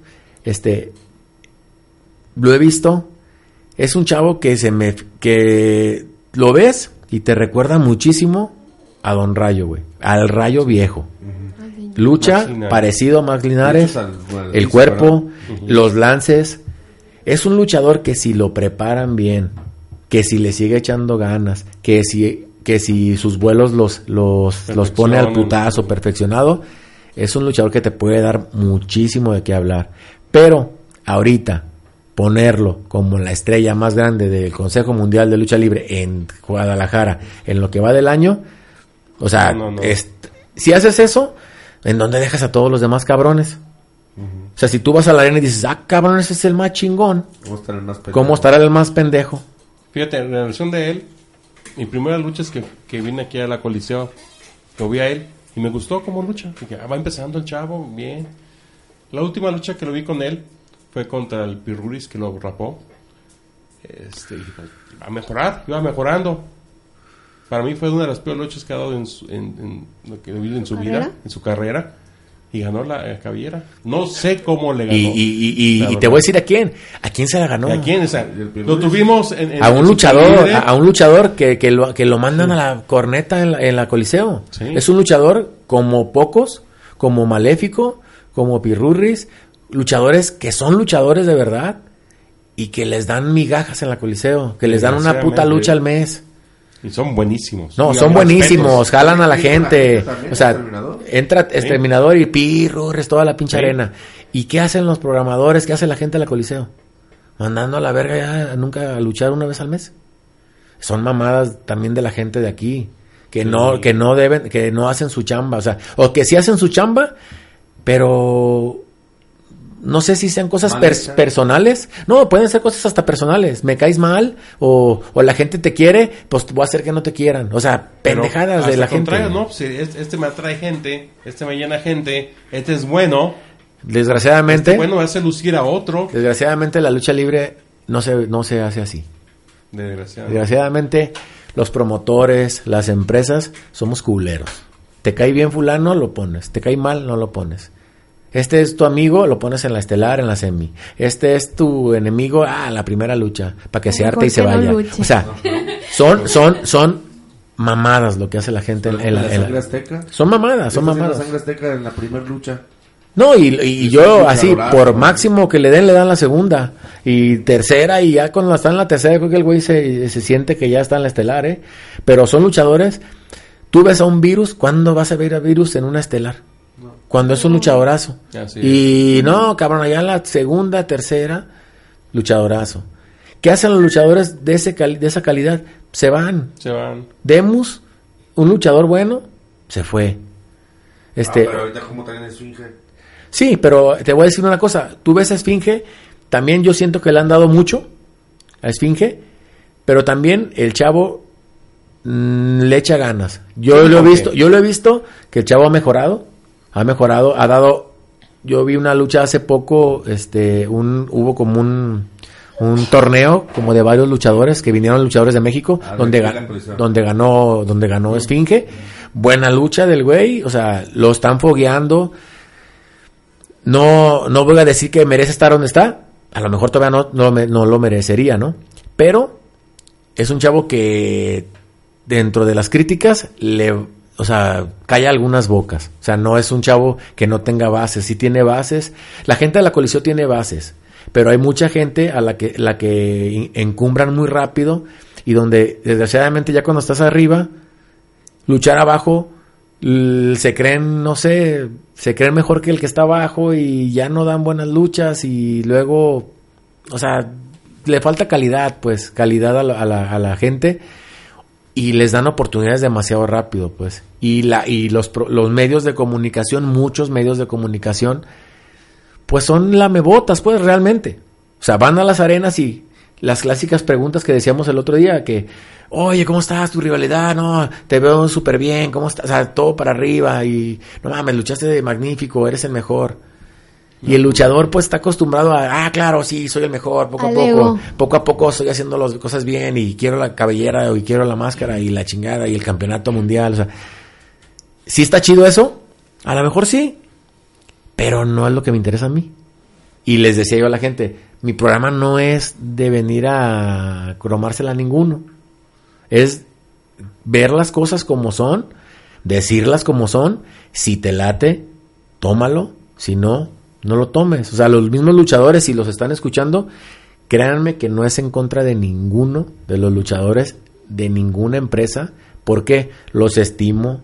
lo he visto, es un chavo que lo ves y te recuerda muchísimo a Don Rayo, güey, al Rayo viejo. Lucha Max Linares. parecido a Max Linares, Luchas al el piso, cuerpo, ¿verdad? los lances. Es un luchador que si lo preparan bien, que si le sigue echando ganas, que si sus vuelos los pone al putazo perfeccionado, es un luchador que te puede dar muchísimo de qué hablar. Pero ahorita ponerlo como la estrella más grande del Consejo Mundial de Lucha Libre en Guadalajara en lo que va del año, o sea, No. si haces eso, ¿en dónde dejas a todos los demás cabrones? O sea, si tú vas a la arena y dices, cabrón, ese es el más chingón, ¿cómo estará el más pendejo? Fíjate, en relación de él, mi primera lucha es que vine aquí a la Coliseo, lo vi a él y me gustó cómo lucha. Dije, va empezando el chavo, bien. La última lucha que lo vi con él fue contra el Pirruris, que lo rapó. Y dije, a mejorar, iba mejorando. Para mí fue una de las peores luchas que ha dado en lo que vivido en su ¿Carrera? vida, en su carrera. Y ganó la cabellera. No sé cómo le ganó. Y La te verdad. voy a decir a quién se la ganó. ¿Y a quién? O sea, el Pirruris. lo tuvimos en A un su luchador, libre. a un luchador que lo mandan a la corneta en la Coliseo. Sí. Es un luchador como pocos, como Maléfico, como Pirurris, luchadores que son luchadores de verdad y que les dan migajas en la Coliseo, que les dan una puta lucha al mes. Y son buenísimos. No, Y son a buenísimos, respetos. jalan a la Sí, gente. también, O sea, Exterminador. entra Exterminador y Pirurris, toda la pinche Sí. arena. ¿Y qué hacen los programadores? ¿Qué hace la gente de la Coliseo? Mandando a la verga ya nunca a luchar una vez al mes. Son mamadas también de la gente de aquí, que Sí. no deben, que no hacen su chamba, o sea, o que sí hacen su chamba, pero no sé si sean cosas Mal hecha. personales. No, pueden ser cosas hasta personales. Me caes mal o la gente te quiere, pues voy a hacer que no te quieran. O sea, Pero pendejadas de hasta la al contrario, gente. ¿no? Pues, este me atrae gente, este me llena gente, este es bueno. Desgraciadamente, Bueno, hace lucir a otro. desgraciadamente la lucha libre no se hace así. Desgraciadamente. Desgraciadamente, los promotores, las empresas, somos culeros. Te cae bien fulano, lo pones. Te cae mal, no lo pones. Este es tu amigo, lo pones en la estelar, en la semi. Este es tu enemigo, la primera lucha, para que se Mejor arte y se que no vaya. luche. O sea, son mamadas lo que hace la gente en la... Sangre Azteca. Son mamadas, son La mamadas. Sangre Azteca en la primera lucha. No, y yo lucha así, dorada, por ¿no? máximo que le dan la segunda. Y tercera, y ya cuando está en la tercera, creo que el güey se siente que ya está en la estelar, ¿eh? Pero son luchadores. Tú ves a un Virus, ¿cuándo vas a ver a Virus en una estelar? Cuando es un luchadorazo. Así Y no, cabrón, allá en la segunda, tercera, luchadorazo. ¿Qué hacen los luchadores de esa calidad? Se van. Demus, un luchador bueno, se fue. Pero ahorita ¿cómo traen a Esfinge? Sí, pero te voy a decir una cosa. Tú ves a Esfinge, también yo siento que le han dado mucho a Esfinge, pero también el chavo le echa ganas. Yo lo he visto que el chavo ha mejorado, ha dado. Yo vi una lucha hace poco, hubo como un torneo como de varios luchadores que vinieron luchadores de México, donde ganó Esfinge. Buena lucha del güey, o sea, lo están fogueando. No voy a decir que merece estar donde está, a lo mejor todavía no lo merecería, ¿no? Pero es un chavo que dentro de las críticas calla algunas bocas. O sea, no es un chavo que no tenga bases, sí tiene bases. La gente de la Coliseo tiene bases, pero hay mucha gente a la que encumbran muy rápido y donde desgraciadamente ya cuando estás arriba, luchar abajo, se creen mejor que el que está abajo y ya no dan buenas luchas y luego, o sea, le falta calidad a la gente y les dan oportunidades demasiado rápido, pues. Y los medios de comunicación, muchos medios de comunicación, pues son lamebotas, pues, realmente. O sea, van a las arenas y las clásicas preguntas que decíamos el otro día, que, oye, ¿cómo estás? Tu rivalidad, no, te veo súper bien, ¿cómo estás? O sea, todo para arriba y, no mames, luchaste de magnífico, eres el mejor. Y el luchador, pues, está acostumbrado a, claro, sí, soy el mejor, poco a poco estoy haciendo las cosas bien y quiero la cabellera y quiero la máscara y la chingada y el campeonato mundial, o sea, ¿sí está chido eso? A lo mejor sí, pero no es lo que me interesa a mí. Y les decía yo a la gente, mi programa no es de venir a cromársela a ninguno, es ver las cosas como son, decirlas como son, si te late, tómalo, si no, no lo tomes. O sea, los mismos luchadores, si los están escuchando, créanme que no es en contra de ninguno de los luchadores de ninguna empresa, porque los estimo.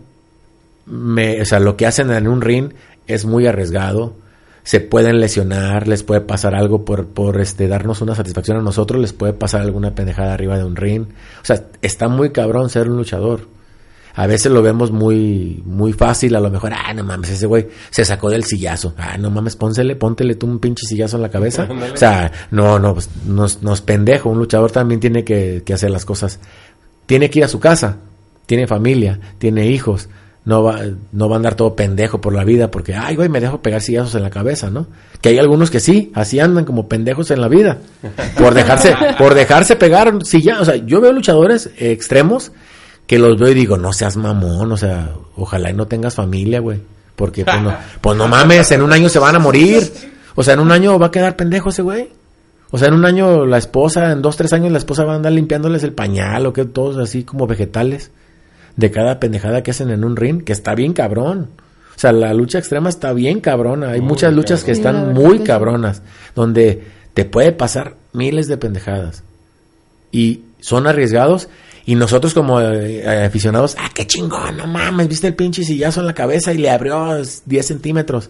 O sea, lo que hacen en un ring es muy arriesgado. Se pueden lesionar, les puede pasar algo por darnos una satisfacción a nosotros, les puede pasar alguna pendejada arriba de un ring. O sea, está muy cabrón ser un luchador. A veces lo vemos muy muy fácil, a lo mejor, no mames, ese güey se sacó del sillazo. No mames, póntele tú un pinche sillazo en la cabeza. O sea, pues, no es pendejo. Un luchador también tiene que hacer las cosas. Tiene que ir a su casa, tiene familia, tiene hijos. No va a andar todo pendejo por la vida porque, güey, me dejo pegar sillazos en la cabeza, ¿no? Que hay algunos que sí, así andan como pendejos en la vida. Por dejarse pegar sillazos. O sea, yo veo luchadores extremos que los veo y digo, no seas mamón, o sea, ojalá y no tengas familia, güey. Porque, pues no mames, en un año se van a morir. O sea, en un año va a quedar pendejo ese güey. O sea, en un año la esposa, en 2-3 años la esposa va a andar limpiándoles el pañal o que todos así como vegetales. De cada pendejada que hacen en un ring, que está bien cabrón. O sea, la lucha extrema está bien cabrona. Hay muchas luchas que están muy cabronas, donde te puede pasar miles de pendejadas. Y son arriesgados. Y nosotros como aficionados, qué chingón, no mames, viste el pinche sillazo en la cabeza y le abrió 10 centímetros.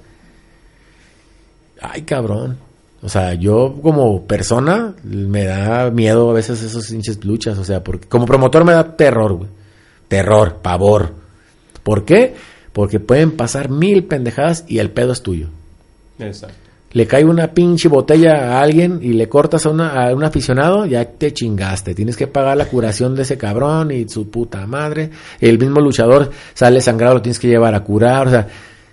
Ay, cabrón. O sea, yo como persona me da miedo a veces esas pinches luchas. O sea, porque como promotor me da terror, güey. Terror, pavor. ¿Por qué? Porque pueden pasar 1000 pendejadas y el pedo es tuyo. Exacto. Le cae una pinche botella a alguien y le cortas a un aficionado, ya te chingaste. Tienes que pagar la curación de ese cabrón y su puta madre. El mismo luchador sale sangrado, lo tienes que llevar a curar. O sea,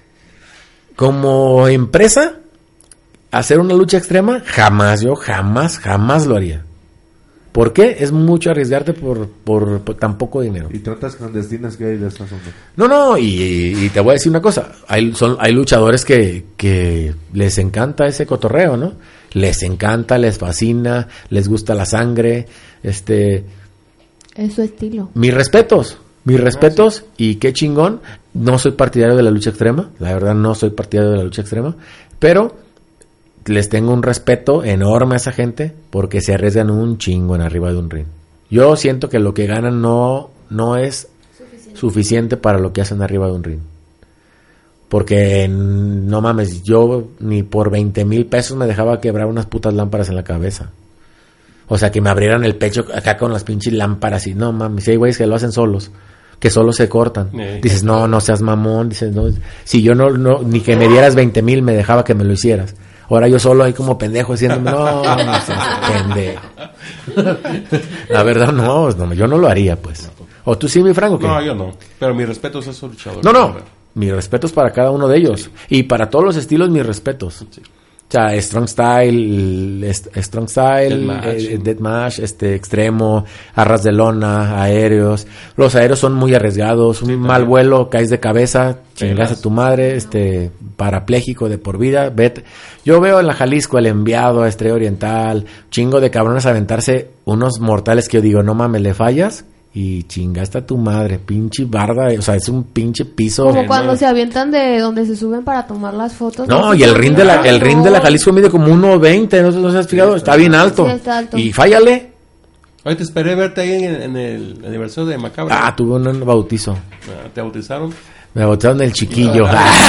como empresa, hacer una lucha extrema, jamás lo haría. ¿Por qué? Es mucho arriesgarte por tan poco dinero. ¿Y tratas clandestinas que hay de estas ondas? No, y te voy a decir una cosa. Hay luchadores que les encanta ese cotorreo, ¿no? Les encanta, les fascina, les gusta la sangre. Es su estilo. Mis respetos. Y qué chingón. No soy partidario de la lucha extrema. La verdad, no soy partidario de la lucha extrema. Pero les tengo un respeto enorme a esa gente porque se arriesgan un chingo en arriba de un ring. Yo siento que lo que ganan no es suficiente para lo que hacen arriba de un ring. Porque no mames, yo ni por 20,000 pesos me dejaba quebrar unas putas lámparas en la cabeza. O sea, que me abrieran el pecho acá con las pinches lámparas y no mames, si hay güeyes que lo hacen solos, que solo se cortan. Dices, no seas mamón, dices, no, si yo no ni que me dieras 20,000 me dejaba que me lo hicieras. Ahora yo solo ahí como pendejo haciéndome, no seas pendejo. La verdad no, yo no lo haría, pues. ¿O tú sí, mi Franco? No, yo no. Pero mi respeto es a esos luchadores. No. Mis respetos para cada uno de ellos. Y para todos los estilos, mis respetos. Sí. O sea, Strong Style, Deathmatch, extremo, arras de lona, aéreos. Los aéreos son muy arriesgados. Un mal vuelo, caes de cabeza, chingas a tu madre, parapléjico de por vida. Vete. Yo veo en la Jalisco el enviado a Estrella Oriental, chingo de cabrones aventarse unos mortales que yo digo, no mames, le fallas. Y chingaste a tu madre, pinche barda, o sea, es un pinche piso. Como cuando se avientan de donde se suben para tomar las fotos. No, y el ring de la Jalisco mide como 1.20, no se has fijado, está bien alto. Sí, está alto. Y fállale. Hoy te esperé verte ahí en el aniversario de Macabro. Tuve un bautizo. ¿Te bautizaron? Me bautizaron el chiquillo.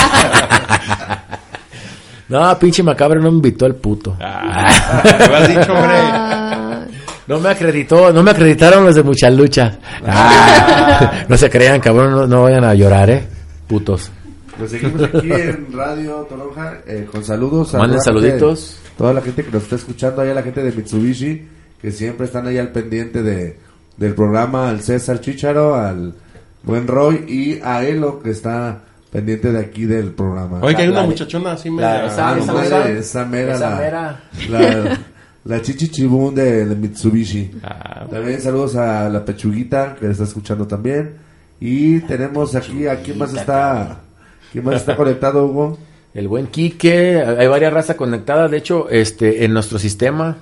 No, pinche Macabro no me invitó el puto. Me has dicho, hombre. No me acreditaron los de Mucha Lucha. No se crean, cabrón, no vayan a llorar, putos. Nos seguimos aquí en Radio Toronja con saludos. Manden saluditos. Toda la gente que nos está escuchando, allá la gente de Mitsubishi, que siempre están ahí al pendiente del programa, al César Chícharo, al buen Roy y a Elo, que está pendiente de aquí del programa. Oye, que hay una muchachona así media... Esa mera. La chichichibún de Mitsubishi. También saludos a la Pechuguita que está escuchando también. Y tenemos aquí a quién más está conectado, Hugo. El buen Quique, hay varias razas conectadas. De hecho, en nuestro sistema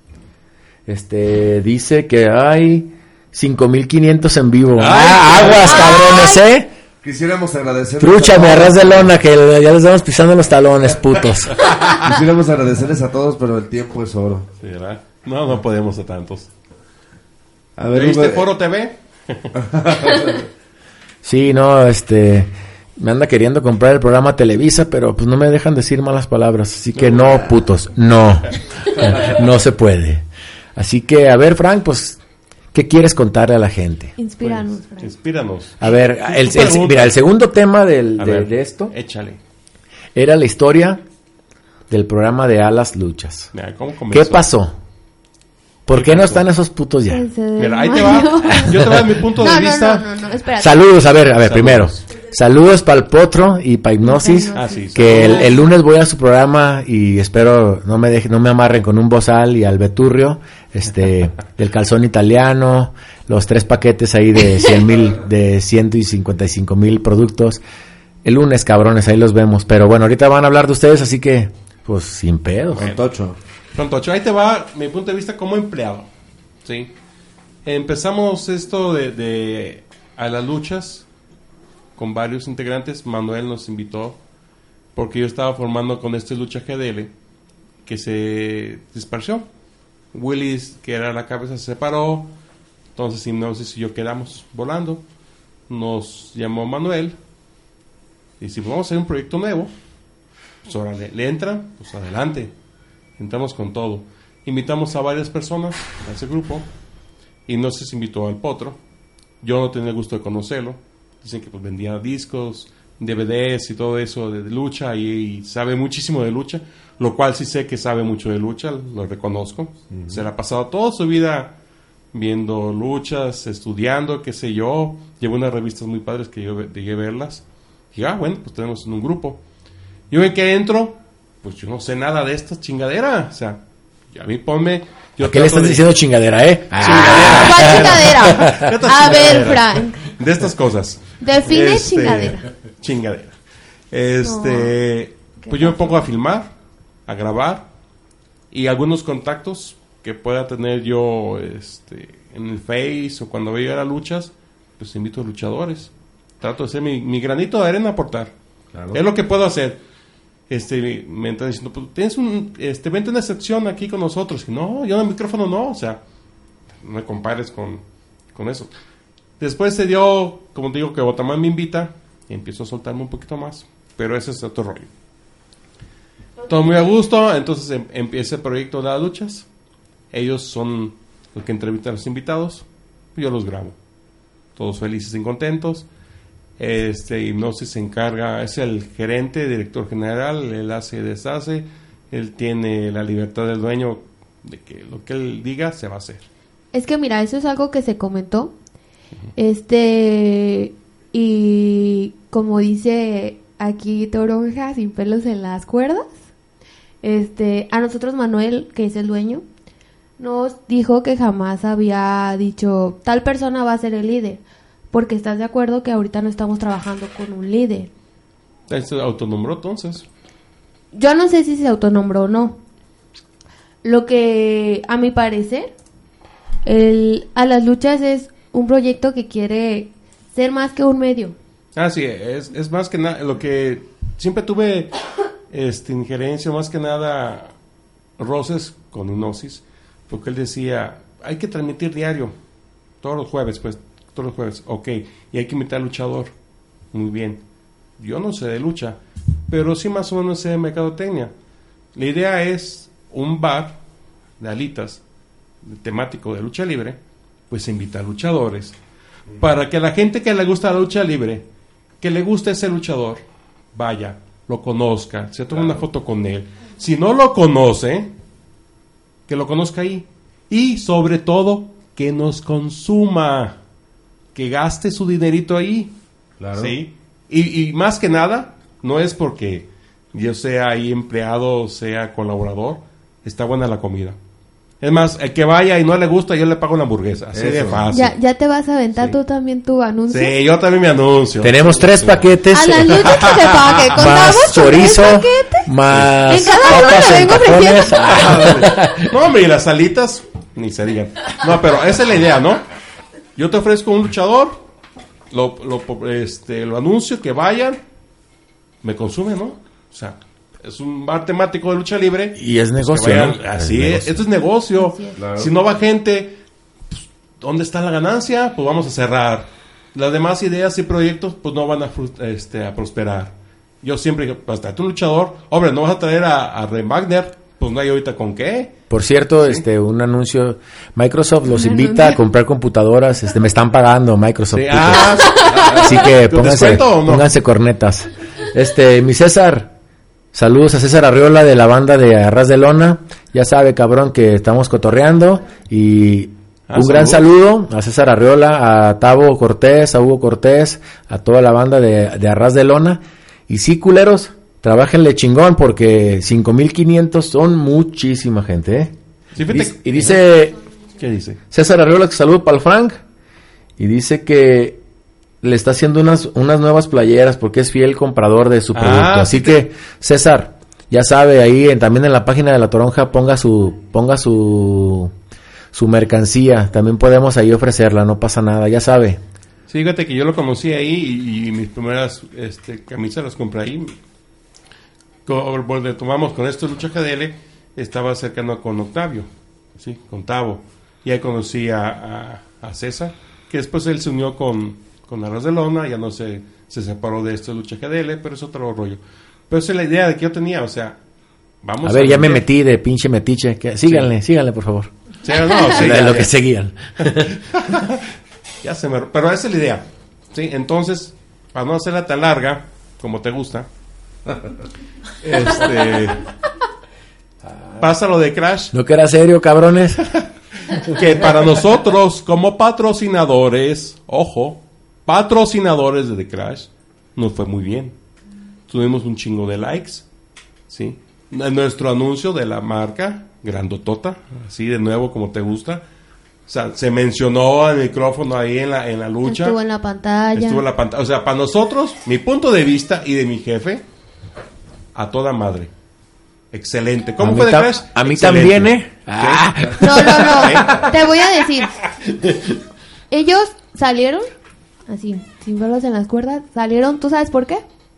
dice que hay 5,500 en vivo. Aguas, cabrones, Quisiéramos agradecer. Trucha, me arras de lona, que ya les estamos pisando los talones, putos. Quisiéramos agradecerles a todos, pero el tiempo es oro. Sí, ¿verdad? No podemos a tantos. A ver, ¿Viste Foro TV? Sí, no, me anda queriendo comprar el programa Televisa, pero pues no me dejan decir malas palabras. Así que no, putos, no se puede. Así que, a ver, Frank, pues, ¿qué quieres contarle a la gente? Inspíranos, Frank. Inspíranos. A ver, mira, el segundo tema de esto échale. era la historia del programa de Alas Luchas. Mira, ¿cómo comenzó? ¿Qué pasó? ¿Por qué no están esos putos ya? Mira, ahí te va. Yo te voy a dar mi punto de vista. No, espérate. Saludos, a ver, primero. Saludos para el Potro y para Hipnosis. Sí, que el lunes voy a su programa y espero no me amarren con un bozal y al Beturrio, del calzón italiano, los 3 paquetes ahí de 100,000, de 155,000 productos. El lunes, cabrones, ahí los vemos. Pero bueno, ahorita van a hablar de ustedes, así que, pues, sin pedos. Prontocho. Ahí te va mi punto de vista como empleado. ¿Sí? Empezamos esto de a las luchas con varios integrantes. Manuel nos invitó porque yo estaba formando con lucha GDL que se dispersó. Willis, que era la cabeza, se separó. Entonces Hipnosis y yo quedamos volando. Nos llamó Manuel y si vamos a hacer un proyecto nuevo, pues órale, le entran, pues adelante, entramos con todo. Invitamos a varias personas a ese grupo. Hipnosis invitó al Potro. Yo no tenía el gusto de conocerlo. Dicen que pues vendía discos, DVDs y todo eso de lucha y sabe muchísimo de lucha, lo cual sí sé que sabe mucho de lucha, lo reconozco. Se la ha pasado toda su vida viendo luchas, estudiando, qué sé yo. Llevo unas revistas muy padres que yo llegué a verlas. Y bueno, pues tenemos un grupo. Yo en que entro, pues yo no sé nada de esta chingadera. O sea, a mí ponme... ¿Qué le estás diciendo chingadera, ¿Cuál chingadera? A ver, Frank. De estas cosas. Define chingadera. Chingadera. Pues yo me pongo a filmar, a grabar y algunos contactos que pueda tener yo en el Face o cuando voy a ir a luchas, pues invito a luchadores. Trato de hacer mi granito de arena a aportar. Claro. Es lo que puedo hacer. Me están diciendo, pues tienes vente una sección aquí con nosotros. Y no, yo en el micrófono no, o sea, no me compares con eso. Después se dio, como te digo, que Botamán me invita y empiezo a soltarme un poquito más, pero ese es otro rollo. Todo muy a gusto, entonces empieza el proyecto de las luchas. ellos son los que entrevistan a los invitados, yo los grabo. Todos felices y contentos. Hipnosis se encarga, es el gerente, director general, él hace y deshace, él tiene la libertad del dueño de que lo que él diga se va a hacer. Es que mira, eso es algo que se comentó. Y como dice aquí Toronja, sin pelos en las cuerdas, a nosotros Manuel, que es el dueño, nos dijo que jamás había dicho tal persona va a ser el líder, porque estás de acuerdo que ahorita no estamos trabajando con un líder. ¿Él se autonombró entonces? Yo no sé si se autonombró o no. Lo que, a mi parecer, a las luchas es un proyecto que quiere ser más que un medio. Ah, sí, es más que nada, lo que siempre tuve injerencia, más que nada roces con Hipnosis, porque él decía, hay que transmitir diario, todos los jueves, ok, y hay que invitar al luchador, muy bien. Yo no sé de lucha, pero sí más o menos sé de mercadotecnia. La idea es un bar de alitas, temático de lucha libre, pues invita a luchadores, para que la gente que le gusta la lucha libre, que le gusta ese luchador, vaya, lo conozca, se tome una foto con él. Si no lo conoce, que lo conozca ahí. Y sobre todo, que nos consuma, que gaste su dinerito ahí. Claro. ¿Sí? Y más que nada, no es porque yo sea ahí empleado, sea colaborador, está buena la comida. Es más, el que vaya y no le gusta, yo le pago una hamburguesa. Así de fácil. ¿Ya te vas a aventar tú también tu anuncio? Sí, yo también me anuncio. Tenemos 3 paquetes. A las luchas que se pague. Más Contamos chorizo, con 3 paquetes. más En cada uno papas le en vengo ofreciendo. tapones. No, hombre, y las alitas, ni se digan. No, pero esa es la idea, ¿no? Yo te ofrezco un luchador, lo anuncio, que vayan, me consumen, ¿no? O sea, es un bar temático de lucha libre. Y es negocio, que vayan, ¿no? Así Es es, esto es negocio. Así es. Claro. Si no va gente, pues, ¿dónde está la ganancia? Pues vamos a cerrar. Las demás ideas y proyectos, pues no van a prosperar. Yo siempre digo, pues trae un luchador. Hombre, no vas a traer a Ren Wagner, pues no hay ahorita con qué. Por cierto, un anuncio, Microsoft los invita a comprar computadoras, me están pagando Microsoft. Sí, Así que ¿con descuento o no? pónganse cornetas. Mi César, saludos a César Arriola de la banda de Arras de Lona. Ya sabe, cabrón, que estamos cotorreando. Y un gran saludo a César Arriola, a Tavo Cortés, a Hugo Cortés, a toda la banda de Arras de Lona. Y sí, culeros, trabájenle chingón porque 5,500 son muchísima gente, ¿eh? Sí, fíjate. Y dice ¿Qué dice? César Arriola que saludo para el Frank y dice que le está haciendo unas nuevas playeras porque es fiel comprador de su producto. Así sí que César, ya sabe, ahí también en la página de La Toronja ponga su mercancía, también podemos ahí ofrecerla, no pasa nada, ya sabe. Sí, fíjate que yo lo conocí ahí y mis primeras camisas las compré ahí. Tomamos con esto Lucha GDL, estaba cercano con Octavio, sí, con Tavo. Y ahí conocí a César, que después él se unió con Arras de Lona, ya no se separó de esto Lucha GDL, pero es otro rollo. Pero esa es la idea de que yo tenía, o sea, vamos a ver, ya me metí de pinche metiche. Síganle, por favor. Sí, no, sí, de lo que seguían. Ya pero esa es la idea. Sí, entonces, para no hacerla tan larga como te gusta, pasa lo de Crash. ¿No que era serio, cabrones? Que para nosotros, como patrocinadores, ojo, patrocinadores de The Crash, nos fue muy bien. Tuvimos un chingo de likes, ¿sí? En nuestro anuncio de la marca, grandotota, así de nuevo como te gusta. O sea, se mencionó al micrófono ahí en la lucha. Estuvo en la pantalla. O sea, para nosotros, mi punto de vista y de mi jefe, a toda madre. Excelente. ¿Cómo fue de Crash? A mí Excelente. también, ¿eh? Ah. No. Te voy a decir. Ellos salieron, así, sin verlos en las cuerdas, salieron, ¿tú sabes por qué?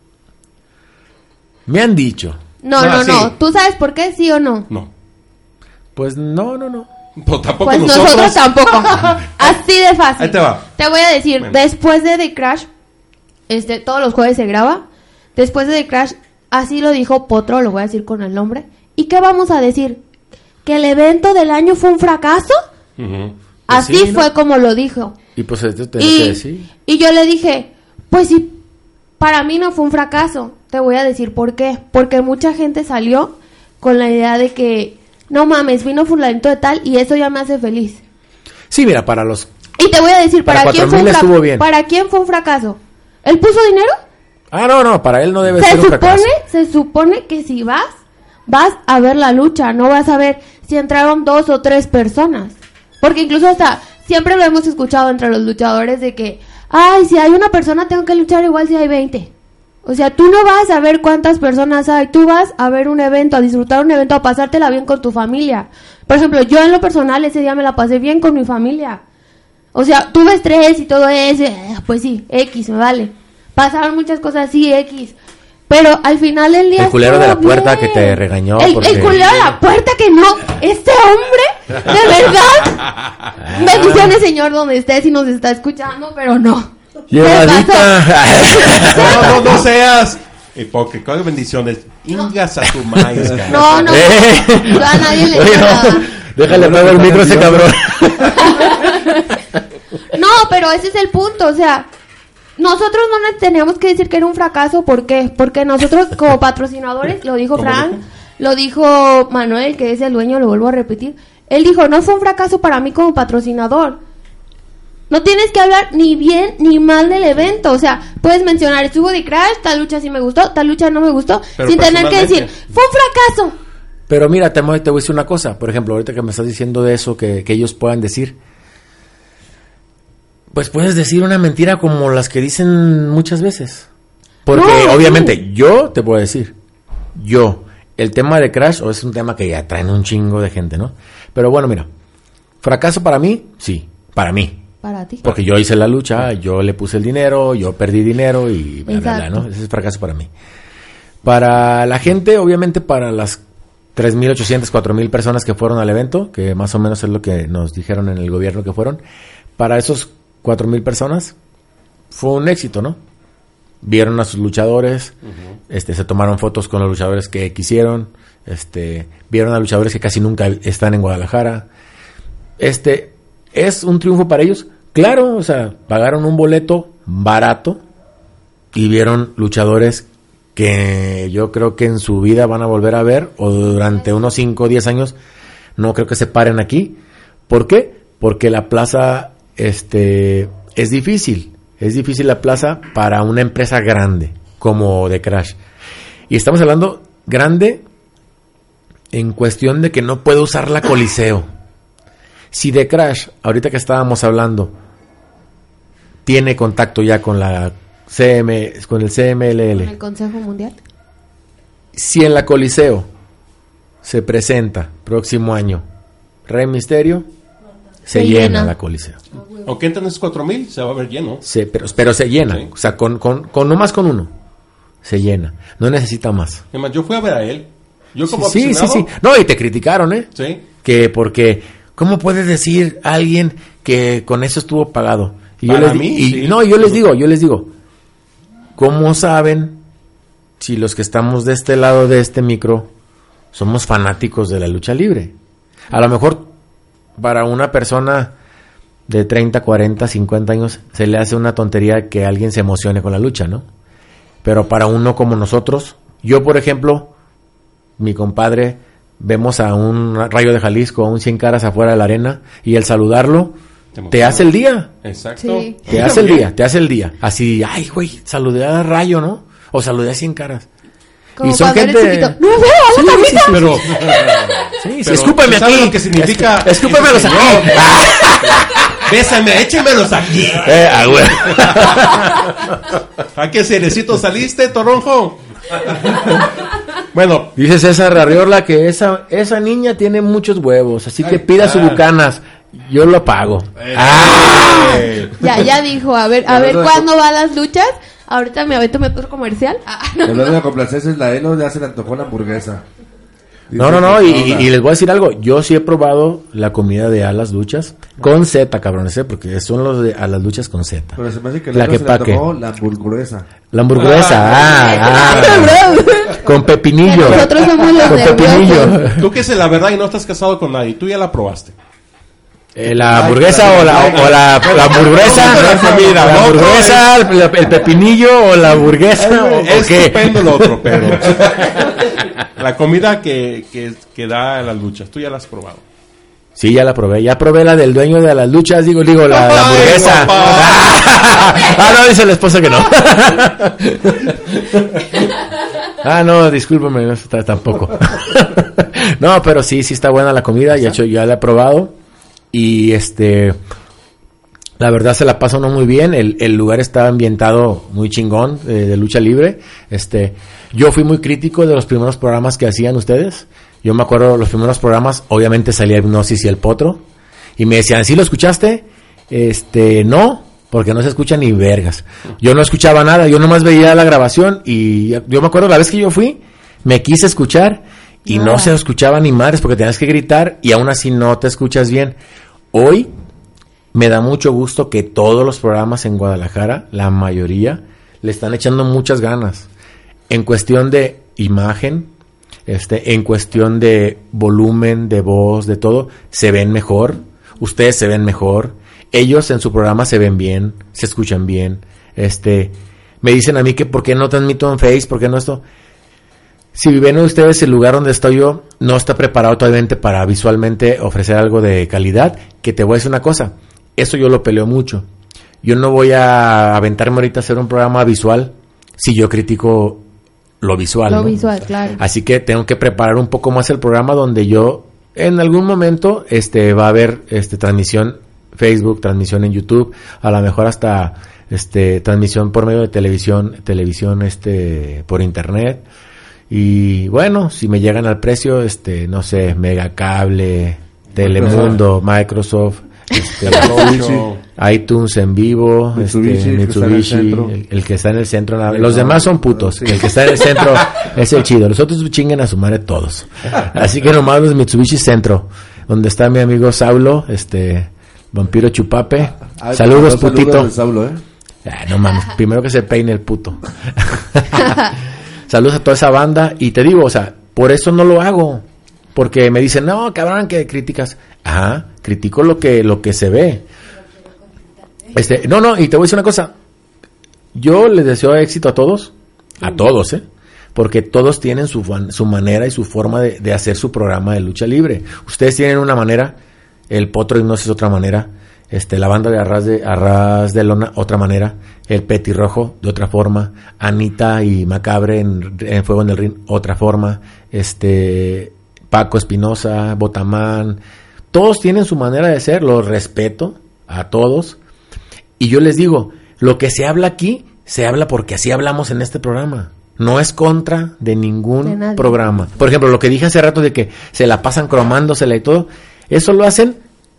Me han dicho. No. Sí. ¿Tú sabes por qué, sí o no? No. Pues no. Pues tampoco Pues nosotros tampoco. Así de fácil. Ahí te va. Te voy a decir, Bueno. después de The Crash, todos los jueves se graba. Después de The Crash, así lo dijo Potro, lo voy a decir con el nombre. ¿Y qué vamos a decir? que el evento del año fue un fracaso. Ujú. Así sí, ¿no? fue como lo dijo. Y pues esto tengo que decir. Y yo le dije, pues sí, para mí no fue un fracaso. Te voy a decir por qué. Porque mucha gente salió con la idea de que, no mames, vino fulanito de tal y eso ya me hace feliz. Sí, mira, para los... Y te voy a decir, Para ¿para quién fue 4,000 estuvo bien. ¿Para quién fue un fracaso? ¿Él puso dinero? Ah, no, para él no debe ser un fracaso. Se supone que si vas a ver la lucha, no vas a ver si entraron 2 o 3 personas. Porque incluso hasta siempre lo hemos escuchado entre los luchadores de que, ay, si hay una persona tengo que luchar igual si hay 20. O sea, tú no vas a ver cuántas personas hay, tú vas a ver un evento, a disfrutar un evento, a pasártela bien con tu familia. Por ejemplo, yo en lo personal ese día me la pasé bien con mi familia. O sea, tuve estrés y todo eso, pues sí, X, me vale. Pasaron muchas cosas, sí, X. Pero al final del día... El culero de la estuvo puerta bien. que te regañó. El porque... culero de la puerta que no... Este hombre, de verdad... Bendiciones, señor, donde esté, si nos está escuchando, pero no. Llevadita. No seas hipócrita. Bendiciones. Ingas a tu maíz, cara. No, yo a nadie le digo nada. Déjale apagar el micro a ese cabrón. No, pero ese es el punto, o sea... Nosotros no le teníamos que decir que era un fracaso, ¿por qué? Porque nosotros como patrocinadores, lo dijo Frank, lo dijo Manuel, que es el dueño, lo vuelvo a repetir, él dijo, no fue un fracaso para mí como patrocinador. No tienes que hablar ni bien ni mal del evento, o sea, puedes mencionar, estuvo de Crash, tal lucha sí me gustó, tal lucha no me gustó, pero sin tener que decir, fue un fracaso. Pero mira, te voy a decir una cosa, por ejemplo, ahorita que me estás diciendo de eso, que ellos puedan decir... Pues puedes decir una mentira como las que dicen muchas veces. Porque obviamente yo te puedo decir, el tema de Crash o es un tema que ya traen un chingo de gente, ¿no? Pero bueno, mira, fracaso para mí, sí, para mí. Para ti. Porque yo hice la lucha, yo le puse el dinero, yo perdí dinero y bla, bla, bla, ¿no? Ese es fracaso para mí. Para la gente, obviamente para las 3,800, 4,000 personas que fueron al evento, que más o menos es lo que nos dijeron en el gobierno que fueron, para esos 4,000 personas fue un éxito, ¿no? Vieron a sus luchadores, se tomaron fotos con los luchadores que quisieron, vieron a luchadores que casi nunca están en Guadalajara. ¿Es un triunfo para ellos? Claro, o sea, pagaron un boleto barato y vieron luchadores que yo creo que en su vida van a volver a ver, o durante unos 5 o 10 años no creo que se paren aquí. ¿Por qué? Porque la plaza es difícil la plaza para una empresa grande como The Crash, y estamos hablando grande en cuestión de que no puede usar la Coliseo. Si The Crash, ahorita que estábamos hablando, tiene contacto ya con la con el CMLL, ¿Con el Consejo Mundial? si en la Coliseo se presenta próximo año Rey Misterio, se llena la Coliseo. Aunque entran esos 4,000, se va a ver lleno. Sí, pero se llena. Sí. O sea, con nomás con uno se llena. No necesita más. Además, yo fui a ver a él. Yo como Sí. aficionado. No, y te criticaron, ¿eh? Sí. Que porque, ¿cómo puedes decir a alguien que con eso estuvo pagado? Y Para yo les mí, y, sí. No, yo les digo, ¿cómo saben si los que estamos de este lado de este micro somos fanáticos de la lucha libre? A lo mejor para una persona de 30, 40, 50 años se le hace una tontería que alguien se emocione con la lucha, ¿no? Pero para uno como nosotros, yo por ejemplo, mi compadre, vemos a un Rayo de Jalisco, a un 100 Caras afuera de la arena, y el saludarlo te hace el día. Exacto. Sí. Te hace el día. Así, ay, güey, saludé a Rayo, ¿no? O saludé a 100 Caras. Como Y son cuando eres gente... chiquito. ¡No veo la camisa! Pero, Sí, pero escúpeme ¿tú sabes aquí. lo que significa? Escúpemelos ese aquí. señor? Bésame, échemelos aquí. Güey. ¿A qué cerecito saliste, Toronjo? Bueno, Dice César Arriola que esa niña tiene muchos huevos, así que pida sus bucanas. Yo lo pago. Ya dijo, a ver cuándo van las luchas. Ahorita me avento otro comercial. La verdad, complacencia es la Elo, ya se le antojó la hamburguesa. No, y les voy a decir algo. Yo sí he probado la comida de A las Luchas con Z, cabrones, porque son los de A las Luchas con Z. Pero se me hace que La que se paque. la tomó la hamburguesa. La hamburguesa, con pepinillo. Nosotros somos los Con nerviosos. pepinillo. Tú que es la verdad y no estás casado con nadie, tú ya la probaste. La hamburguesa o la hamburguesa, la hamburguesa, el pepinillo o la hamburguesa, o Es qué. estupendo lo otro, pero la comida que da a las luchas, tú ya la has probado. Sí, ya la probé. Ya probé la del dueño de las luchas, digo, la Ay, hamburguesa. papá. No, dice la esposa que no. No, discúlpame, no, tampoco. No, pero sí está buena la comida, ya la he probado. Y la verdad se la pasa uno muy bien. El lugar está ambientado muy chingón, de lucha libre. Yo fui muy crítico de los primeros programas que hacían ustedes. Yo me acuerdo los primeros programas, obviamente salía Hipnosis y El Potro. Y me decían, ¿sí lo escuchaste? No, porque no se escucha ni vergas. Yo no escuchaba nada, yo nomás veía la grabación. Y yo me acuerdo la vez que yo fui, me quise escuchar y no se escuchaba ni madres porque tenías que gritar y aún así no te escuchas bien. Hoy me da mucho gusto que todos los programas en Guadalajara, la mayoría, le están echando muchas ganas. En cuestión de imagen, en cuestión de volumen, de voz, de todo, se ven mejor. Ustedes se ven mejor. Ellos en su programa se ven bien, se escuchan bien. Me dicen a mí que por qué no transmito en Face, por qué no esto. Si ven ustedes el lugar donde estoy yo, no está preparado todavía para visualmente ofrecer algo de calidad, que te voy a decir una cosa, eso yo lo peleo mucho. Yo no voy a aventarme ahorita a hacer un programa visual si yo critico lo visual. Lo ¿no? visual, claro. Así que tengo que preparar un poco más el programa donde yo, en algún momento, va a haber transmisión Facebook, transmisión en YouTube, a lo mejor hasta transmisión por medio de televisión por internet. Y bueno, si me llegan al precio, no sé, Megacable, Telemundo, Microsoft, iTunes en vivo, Mitsubishi, el que está en el centro, los demás son putos, el que está en el centro es el chido, los otros chinguen a su madre todos. Así que nomás los Mitsubishi Centro, donde está mi amigo Saulo, Vampiro Chupape. Saludos, putito. Saulo, No mames, primero que se peine el puto. Saludos a toda esa banda. Y te digo, o sea, por eso no lo hago. Porque me dicen, no, cabrón, que críticas. Ajá, critico lo que se ve. No, y te voy a decir una cosa. Yo les deseo éxito a todos. A todos, porque todos tienen su manera y su forma de hacer su programa de lucha libre. Ustedes tienen una manera, el Potro Hipnosis otra manera, la banda de Arras de Lona otra manera, el Petirrojo de otra forma, Anita y Macabre en Fuego en el Ring otra forma, Paco Espinosa, Botamán, todos tienen su manera de ser, los respeto a todos. Y yo les digo, lo que se habla aquí, se habla porque así hablamos en este programa. No es contra de ningún programa. Por ejemplo, lo que dije hace rato de que se la pasan cromándosela y todo, eso lo hacen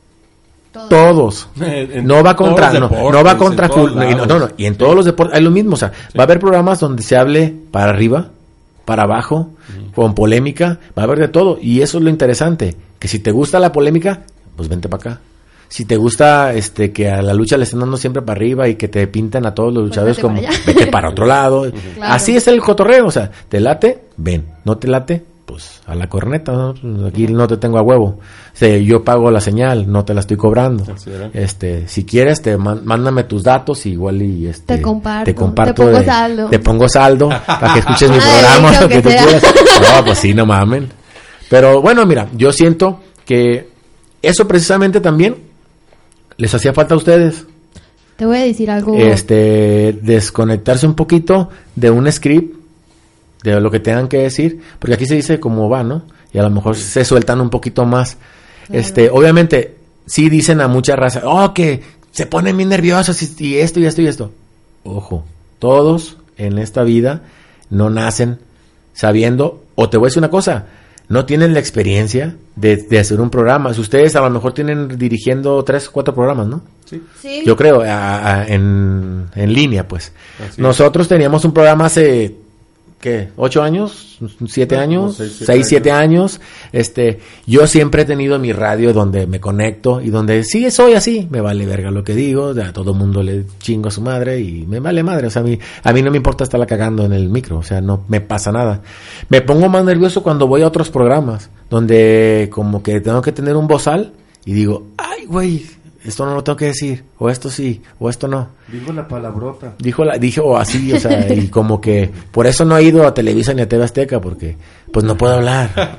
todos. No va contra, no va contra no. Y en todos los deportes hay lo mismo. O sea, va a haber programas donde se hable para arriba, para abajo, con polémica, va a haber de todo. Y eso es lo interesante, que si te gusta la polémica, pues vente para acá. Si te gusta que a la lucha le estén dando siempre para arriba y que te pintan a todos los luchadores como vete para otro lado. Claro. Así es el cotorreo, o sea, te late, ven, no te late, pues a la corneta, ¿no? Aquí no te tengo a huevo. Yo pago la señal, no te la estoy cobrando. Si quieres mándame tus datos igual y te comparto, te pongo saldo para que escuches mi programa, lo que tú quieras. No, pues sí, no mamen. Pero bueno, mira, yo siento que eso precisamente también les hacía falta a ustedes. Te voy a decir algo. Desconectarse un poquito de un script, de lo que tengan que decir, porque aquí se dice cómo va, ¿no? Y a lo mejor se sueltan un poquito más. Claro. Obviamente, sí dicen a mucha raza, que se ponen bien nerviosos y esto y esto y esto. Ojo, todos en esta vida no nacen sabiendo, o te voy a decir una cosa, no tienen la experiencia de hacer un programa. Si ustedes a lo mejor tienen dirigiendo 3 o 4 programas, ¿no? Sí. Yo creo, en línea, pues. Así Nosotros teníamos un programa hace ¿qué? ¿8 años? ¿7 años? 6, 7 años. Yo siempre he tenido mi radio donde me conecto y donde sí soy así, me vale verga lo que digo, a todo mundo le chingo a su madre y me vale madre, o sea, a mí no me importa estarla cagando en el micro, o sea, no me pasa nada. Me pongo más nervioso cuando voy a otros programas donde como que tengo que tener un bozal y digo, ay, güey, esto no lo tengo que decir, o esto sí, o esto no. Dijo la palabrota. Dijo así, o sea, y como que por eso no he ido a Televisa ni a TV Azteca, porque pues no puedo hablar.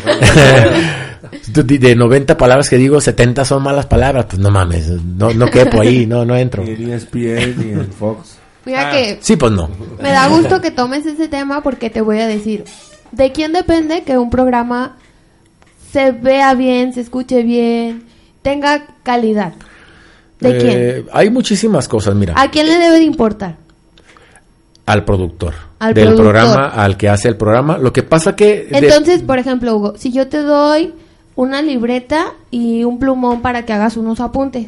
De 90 palabras que digo, 70 son malas palabras, pues no mames, no quepo ahí, no entro. Ni en ESPN, ni en Fox. Mira que Sí, pues no. me da gusto que tomes ese tema porque te voy a decir, ¿de quién depende que un programa se vea bien, se escuche bien, tenga calidad? ¿De quién? Hay muchísimas cosas, mira. ¿A quién le debe de importar? Al productor. Al del productor. programa, al que hace el programa. Lo que pasa que... Entonces, por ejemplo, Hugo, si yo te doy una libreta y un plumón para que hagas unos apuntes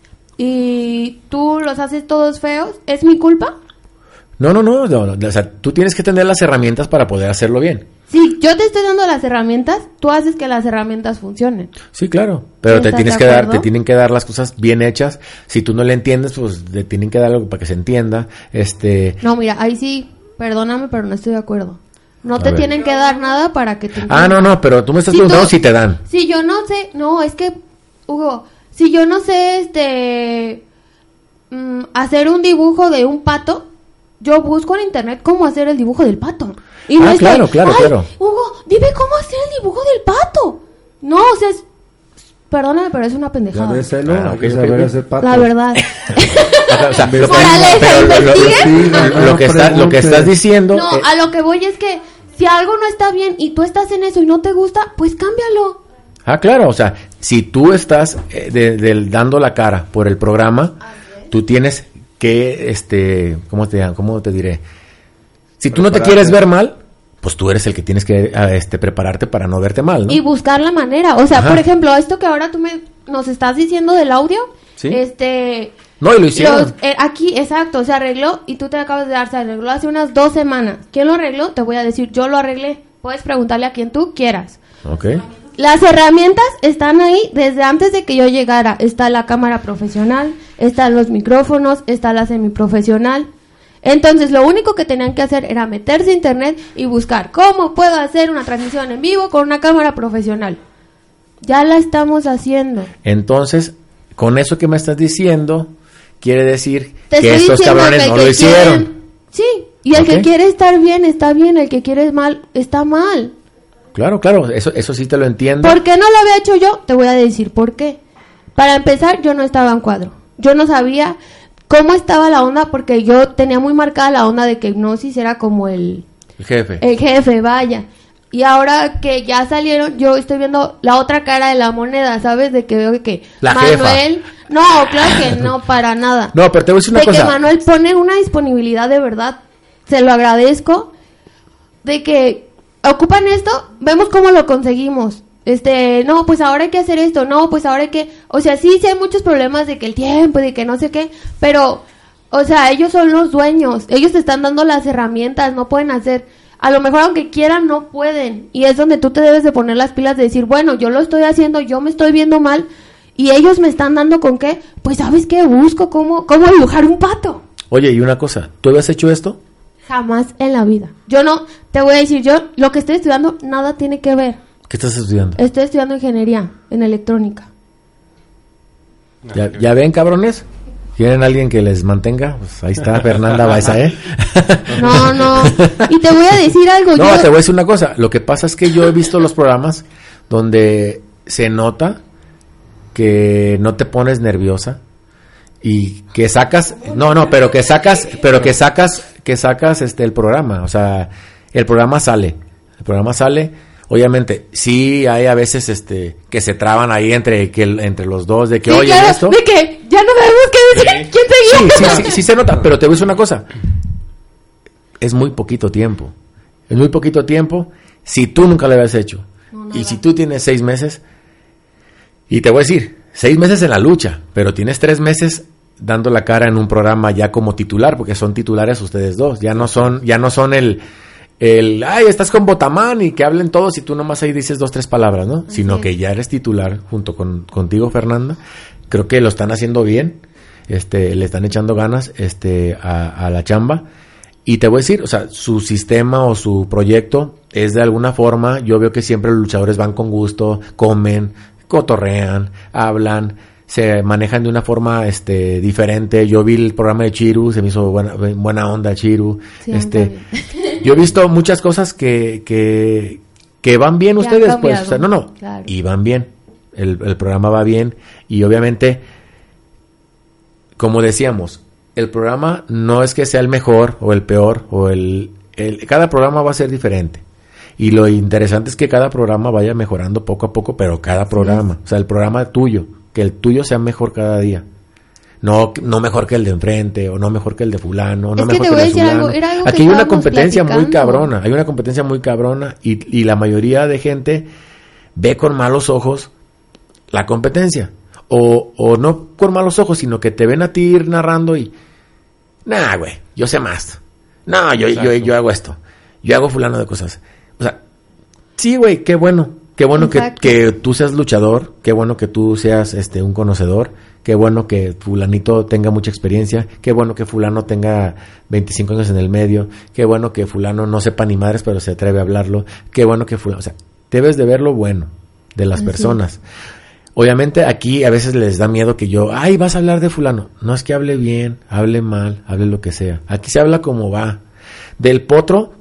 y tú los haces todos feos, ¿es mi culpa? No, o sea, tú tienes que tener las herramientas para poder hacerlo bien. Sí, yo te estoy dando las herramientas, tú haces que las herramientas funcionen. Sí, claro, pero te ¿Estás tienes de que dar, acuerdo? te tienen que dar las cosas bien hechas. Si tú no le entiendes, pues le tienen que dar algo para que se entienda. No, mira, ahí sí, perdóname, pero no estoy de acuerdo. No A te ver. tienen que dar nada para que te No, pero tú me estás Si preguntando tú- si te dan. Si yo no sé, no, es que, Hugo, si yo no sé, hacer un dibujo de un pato, yo busco en internet cómo hacer el dibujo del pato. Y no estoy, claro. "Ay, Hugo, dime cómo hacer el dibujo del pato." No, o sea, perdóname, pero es una Ya pendejada. ves, Elo, Ah, hay que ok, saber ok. hacer pato. La verdad. O sea, lo que- Moraleja, pero investiguen. lo que estás diciendo... No, a lo que voy es que si algo no está bien y tú estás en eso y no te gusta, pues cámbialo. Claro, o sea, si tú estás dando la cara por el programa, tú tienes que, ¿cómo te diré? Si tú no te Prepararte. quieres ver mal, pues tú eres el que tienes que prepararte para no verte mal, ¿no? Y buscar la manera. O sea, Ajá. por ejemplo, esto que ahora nos estás diciendo del audio, Sí. No, y lo hicieron. aquí, exacto, se arregló y tú te acabas de dar, se arregló hace unas 2 semanas. ¿Quién lo arregló? Te voy a decir, yo lo arreglé. Puedes preguntarle a quien tú quieras. Ok. Las herramientas están ahí desde antes de que yo llegara. Está la cámara profesional, están los micrófonos, está la semiprofesional. Entonces, lo único que tenían que hacer era meterse a internet y buscar cómo puedo hacer una transmisión en vivo con una cámara profesional. Ya la estamos haciendo. Entonces, con eso que me estás diciendo, quiere decir Te que estoy estos diciendo cabrones que el no que lo hicieron. quieren- Sí, y el Ok. que quiere estar bien está bien, el que quiere mal está mal. Claro, eso sí te lo entiendo. ¿Por qué no lo había hecho yo? Te voy a decir por qué. Para empezar, yo no estaba en cuadro. Yo no sabía cómo estaba la onda porque yo tenía muy marcada la onda de que Hipnosis era como el jefe, vaya. Y ahora que ya salieron, yo estoy viendo la otra cara de la moneda, ¿sabes? De que veo que La Manuel... No, claro que no, para nada. No, pero te voy a decir una De que cosa. Manuel pone una disponibilidad de verdad, se lo agradezco, de que ocupan esto, vemos cómo lo conseguimos. No, pues ahora hay que hacer esto, no, pues ahora hay que... O sea, sí hay muchos problemas de que el tiempo, de que no sé qué, pero, o sea, ellos son los dueños, ellos te están dando las herramientas, no pueden hacer... A lo mejor aunque quieran, no pueden. Y es donde tú te debes de poner las pilas de decir, bueno, yo lo estoy haciendo, yo me estoy viendo mal, y ellos me están dando con qué, pues ¿sabes qué? Busco cómo dibujar un pato. Oye, y una cosa, ¿tú habías hecho esto? Jamás en la vida. Yo no, te voy a decir, yo lo que estoy estudiando nada tiene que ver. ¿Qué estás estudiando? Estoy estudiando ingeniería en electrónica. ¿Ya ven, cabrones? ¿Quieren alguien que les mantenga? Pues ahí está Fernanda Baeza, ¿eh? No. Y te voy a decir algo. No, yo, te voy a decir una cosa. Lo que pasa es que yo he visto los programas donde se nota que no te pones nerviosa y que sacas, pero que sacas el programa, o sea, el programa sale. Obviamente, sí hay a veces que se traban ahí entre los dos de que sí, oye claro, esto. de que ya no sabemos qué decir. ¿Quién seguía? Sí se nota, pero te voy a decir una cosa. Es muy poquito tiempo. Si tú nunca lo habías hecho. Y si tú tienes 6 meses, y te voy a decir, 6 meses en la lucha, pero tienes 3 meses dando la cara en un programa ya como titular, porque son titulares ustedes dos. Ya no son estás con Botamán y que hablen todos y tú nomás ahí dices 2-3 palabras, ¿no? Así Sino es. que ya eres titular junto contigo, Fernanda. Creo que lo están haciendo bien. Le están echando ganas a la chamba. Y te voy a decir, o sea, su sistema o su proyecto es de alguna forma, yo veo que siempre los luchadores van con gusto, comen, cotorrean, hablan, se manejan de una forma diferente. Yo vi el programa de Chiru, se me hizo buena onda Chiru. Sí, también. Yo he visto muchas cosas que van bien Que han ustedes, pues, cambiado. o sea, no, Claro. y van bien. El programa va bien y obviamente, como decíamos, el programa no es que sea el mejor o el peor o cada programa va a ser diferente. Y lo interesante es que cada programa vaya mejorando poco a poco, pero cada programa, o sea, el programa tuyo, que el tuyo sea mejor cada día. No mejor que el de enfrente, o no mejor que el de fulano, o no Es que mejor te que voy a el de decir algo, fulano. era algo que Aquí hay una estábamos competencia muy platicando. cabrona, hay una competencia muy cabrona y la mayoría de gente ve con malos ojos la competencia. O no con malos ojos, sino que te ven a ti ir narrando y... Nah, güey, yo sé más. No, yo hago esto. Yo hago fulano de cosas. O sea, sí, güey, qué bueno. Qué bueno que tú seas luchador. Qué bueno que tú seas un conocedor. Qué bueno que fulanito tenga mucha experiencia. Qué bueno que fulano tenga 25 años en el medio. Qué bueno que fulano no sepa ni madres, pero se atreve a hablarlo. Qué bueno que fulano... O sea, debes de ver lo bueno de las personas. Obviamente aquí a veces les da miedo que vas a hablar de fulano. No es que hable bien, hable mal, hable lo que sea. Aquí se habla como va. Del Potro,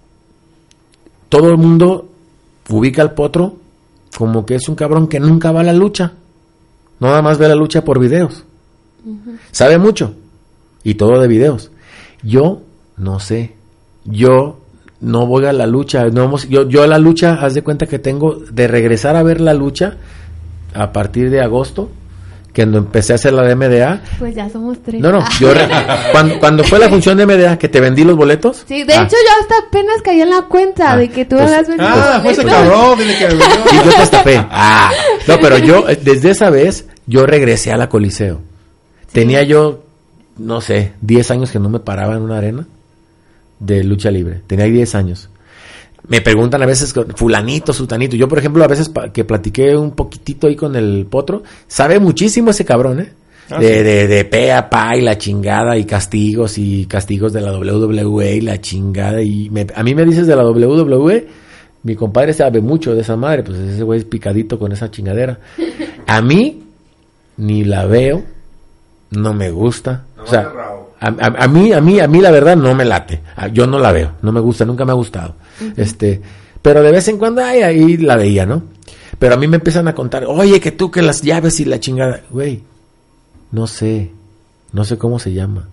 todo el mundo ubica al Potro como que es un cabrón que nunca va a la lucha. Nada más ve la lucha por videos. Sabe mucho. Y todo de videos. Yo no sé. Yo no voy a la lucha. Yo a la lucha, haz de cuenta que tengo de regresar a ver la lucha a partir de agosto, que cuando empecé a hacer la de MDA. Pues ya somos 3. No, cuando fue la función de MDA, que te vendí los boletos. Sí, de hecho yo hasta apenas caí en la cuenta de que tú pues, habías vendido. Fue ese cabrón, dile que me vendió. Sí, yo te estafé. No, pero yo, desde esa vez, yo regresé a la Coliseo. Tenía yo, no sé, 10 años que no me paraba en una arena de lucha libre. Tenía 10 años. Me preguntan a veces, fulanito, sutanito. Yo, por ejemplo, a veces que platiqué un poquitito ahí con el Potro, sabe muchísimo ese cabrón, ¿eh? De pe a pa y la chingada y castigos de la WWE y la chingada. Y a mí me dices de la WWE, mi compadre sabe mucho de esa madre, pues ese güey es picadito con esa chingadera. A mí, ni la veo, no me gusta. O sea, a mí la verdad no me late. Yo no la veo, no me gusta, nunca me ha gustado. Pero de vez en cuando ahí la veía, ¿no? Pero a mí me empiezan a contar, oye, que tú que las llaves y la chingada, güey, no sé cómo se llama.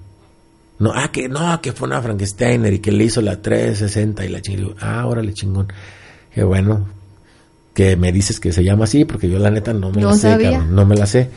Que fue una Frankensteiner y que le hizo la 360 y la chingada. Órale, chingón. Qué bueno que me dices que se llama así, porque yo la neta no me la sé, cabrón, no me la sé.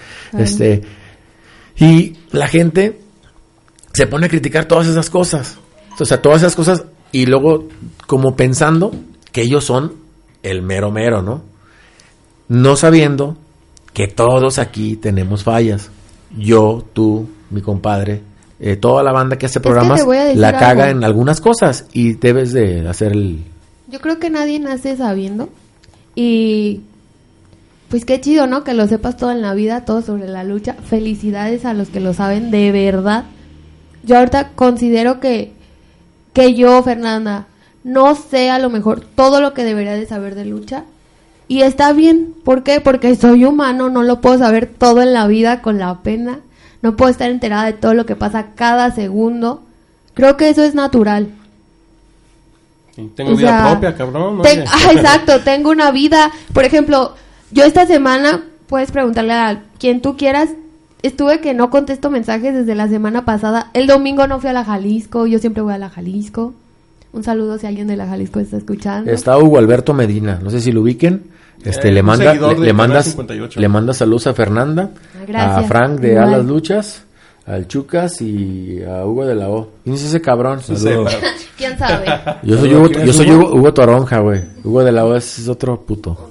Y la gente se pone a criticar todas esas cosas. O sea, todas esas cosas y luego como pensando que ellos son el mero mero, ¿no? No sabiendo que todos aquí tenemos fallas. Yo, tú, mi compadre, toda la banda que hace programas la caga en algunas cosas y debes de hacer Yo creo que nadie nace sabiendo y pues qué chido, ¿no? Que lo sepas todo en la vida, todo sobre la lucha. Felicidades a los que lo saben de verdad. Yo ahorita considero que yo, Fernanda, no sé a lo mejor todo lo que debería de saber de lucha. Y está bien. ¿Por qué? Porque soy humano, no lo puedo saber todo en la vida con la pena. No puedo estar enterada de todo lo que pasa cada segundo. Creo que eso es natural. Tengo vida propia, cabrón. Exacto, tengo una vida. Por ejemplo, yo esta semana, puedes preguntarle a quien tú quieras, estuve que no contesto mensajes desde la semana pasada. El domingo no fui a la Jalisco, yo siempre voy a la Jalisco. Un saludo si alguien de la Jalisco está escuchando. Está Hugo Alberto Medina, no sé si lo ubiquen. Le manda saludos a Fernanda, a Frank de A las Luchas, al Chucas y a Hugo de la O. ¿Quién es ese cabrón? ¿Quién sabe? Yo soy Hugo Toronja, güey. Hugo de la O es otro puto.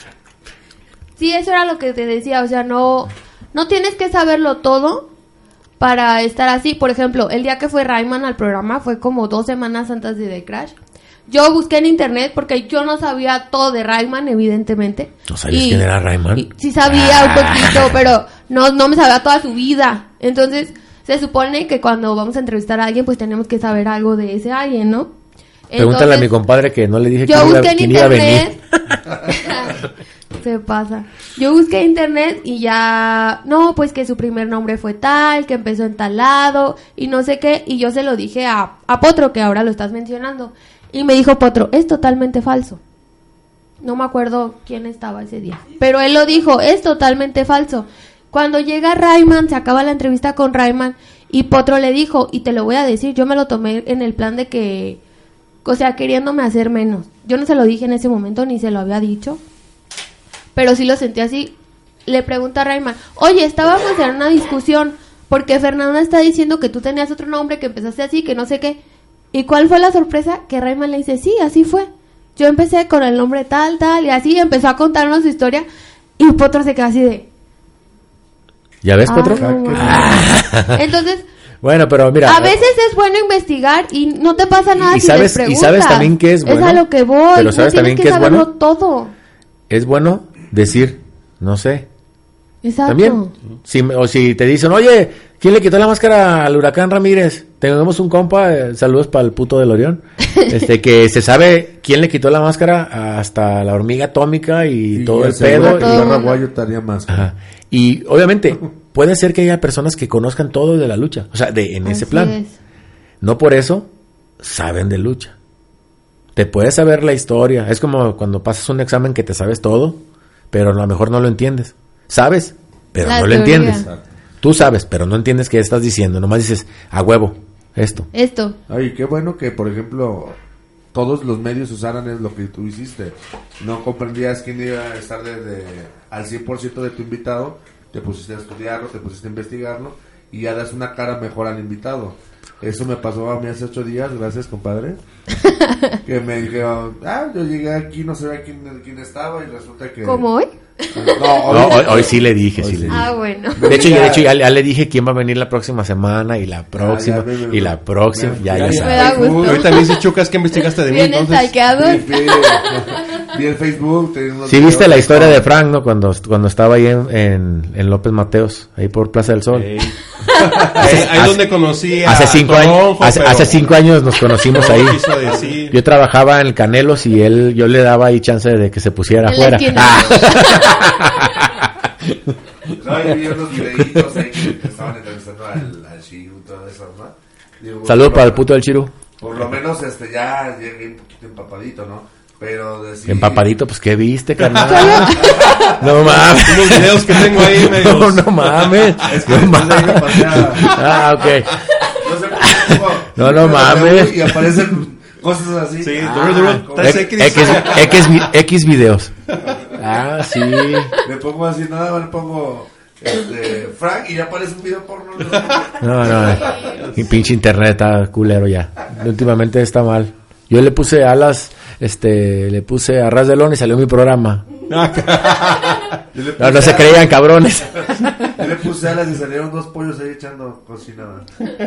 Sí, eso era lo que te decía, o sea, no tienes que saberlo todo, para estar así. Por ejemplo, el día que fue Rayman al programa fue como 2 semanas antes de The Crash. Yo busqué en internet porque yo no sabía todo de Rayman, evidentemente. ¿No sabías quién era Rayman? Sí sabía un poquito, pero no me sabía toda su vida. Entonces, se supone que cuando vamos a entrevistar a alguien, pues tenemos que saber algo de ese alguien, ¿no? Pregúntale Entonces, a mi compadre que no le dije yo busqué en quién iba a venir. internet. Se pasa. Yo busqué en internet y ya... No, pues que su primer nombre fue tal, que empezó en tal lado y no sé qué. Y yo se lo dije a Potro, que ahora lo estás mencionando. Y me dijo Potro, es totalmente falso. No me acuerdo quién estaba ese día. Pero él lo dijo, es totalmente falso. Cuando llega Rayman, se acaba la entrevista con Rayman y Potro le dijo, y te lo voy a decir, yo me lo tomé en el plan de que... O sea, queriéndome hacer menos. Yo no se lo dije en ese momento, ni se lo había dicho. Pero sí lo sentí así. Le pregunta a Rayman, oye, estábamos en una discusión porque Fernanda está diciendo que tú tenías otro nombre, que empezaste así, que no sé qué. ¿Y cuál fue la sorpresa? Que Rayman le dice, sí, así fue. Yo empecé con el nombre tal, y así empezó a contarnos su historia. Y Potro se quedó así de... ¿Ya ves, Potro? No, entonces... Bueno, pero mira... A veces es bueno investigar y no te pasa nada si les preguntas. Y sabes también que es bueno. Es a lo que voy. Pero sabes no también tienes que que es bueno. todo. Es bueno decir, no sé. Exacto. También. Si te dicen, oye, ¿quién le quitó la máscara al Huracán Ramírez? Tenemos un compa, saludos para el puto del Orión, que se sabe quién le quitó la máscara hasta la hormiga atómica y todo el pedo. El Raguayo estaría más. Ajá. Y obviamente puede ser que haya personas que conozcan todo de la lucha, o sea, en ese Así plan. es. No por eso saben de lucha. Te puedes saber la historia. Es como cuando pasas un examen que te sabes todo, pero a lo mejor no lo entiendes. Sabes, pero La no lo teoría. entiendes. Tú sabes, pero no entiendes qué estás diciendo. Nomás dices, a huevo, esto. Ay, qué bueno que, por ejemplo, todos los medios usaran es lo que tú hiciste. No comprendías quién iba a estar al 100% de tu invitado. Te pusiste a estudiarlo, te pusiste a investigarlo y ya das una cara mejor al invitado. Eso me pasó a mí hace 8 días, gracias, compadre. Que me dijeron, yo llegué aquí, no sabía quién estaba y resulta que... ¿Cómo hoy? Hoy sí le dije, sí le dije. Bueno. De hecho, ya le dije quién va a venir la próxima semana y la próxima y la próxima. Ya Me sabes. da gusto. Ahorita me dice Chucas que investigaste de mí, Bien entonces. stalkeados. Vi el Facebook. Sí viste la historia de Frank, ¿no? Cuando estaba ahí en López Mateos, ahí por Plaza del Sol. Ahí donde conocí a Hace 5 años, hace 5 años nos conocimos ahí. quiso decir. Yo trabajaba en el Canelos y yo le daba ahí chance de que se pusiera En la afuera. esquina. No, y vi unos videitos ahí que estaban entrevistando al Chiru y todo eso, ¿no? Digo, Saludos para el puto del Chiru. Por lo menos ya llegué un poquito empapadito, ¿no? Pero decir... Empapadito, pues ¿qué viste, carnal? No mames. Unos videos que tengo ahí medio. No mames. Es que No después de ahí me mames. pasé a... Ok. No sé por qué pongo- No mames. Y aparecen cosas así. Sí, ¿cómo? X videos. Sí. Le pongo así, nada más le pongo Frank y ya aparece un video porno. No. Mi pinche internet está culero ya. Últimamente está mal. Yo le puse alas, le puse a ras de lona y salió mi programa. No se creían, cabrones. Yo le puse alas y salieron 2 pollos ahí echando cocinada.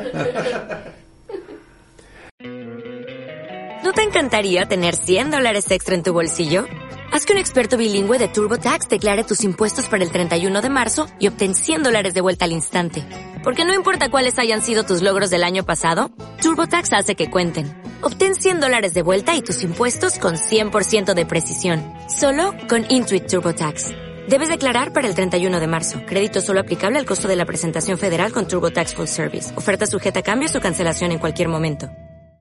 ¿No te encantaría tener $100 extra en tu bolsillo? Haz que un experto bilingüe de TurboTax declare tus impuestos para el 31 de marzo y obtén $100 de vuelta al instante. Porque no importa cuáles hayan sido tus logros del año pasado, TurboTax hace que cuenten. Obtén $100 de vuelta y tus impuestos con 100% de precisión. Solo con Intuit TurboTax. Debes declarar para el 31 de marzo. Crédito solo aplicable al costo de la presentación federal con TurboTax Full Service. Oferta sujeta a cambios o cancelación en cualquier momento.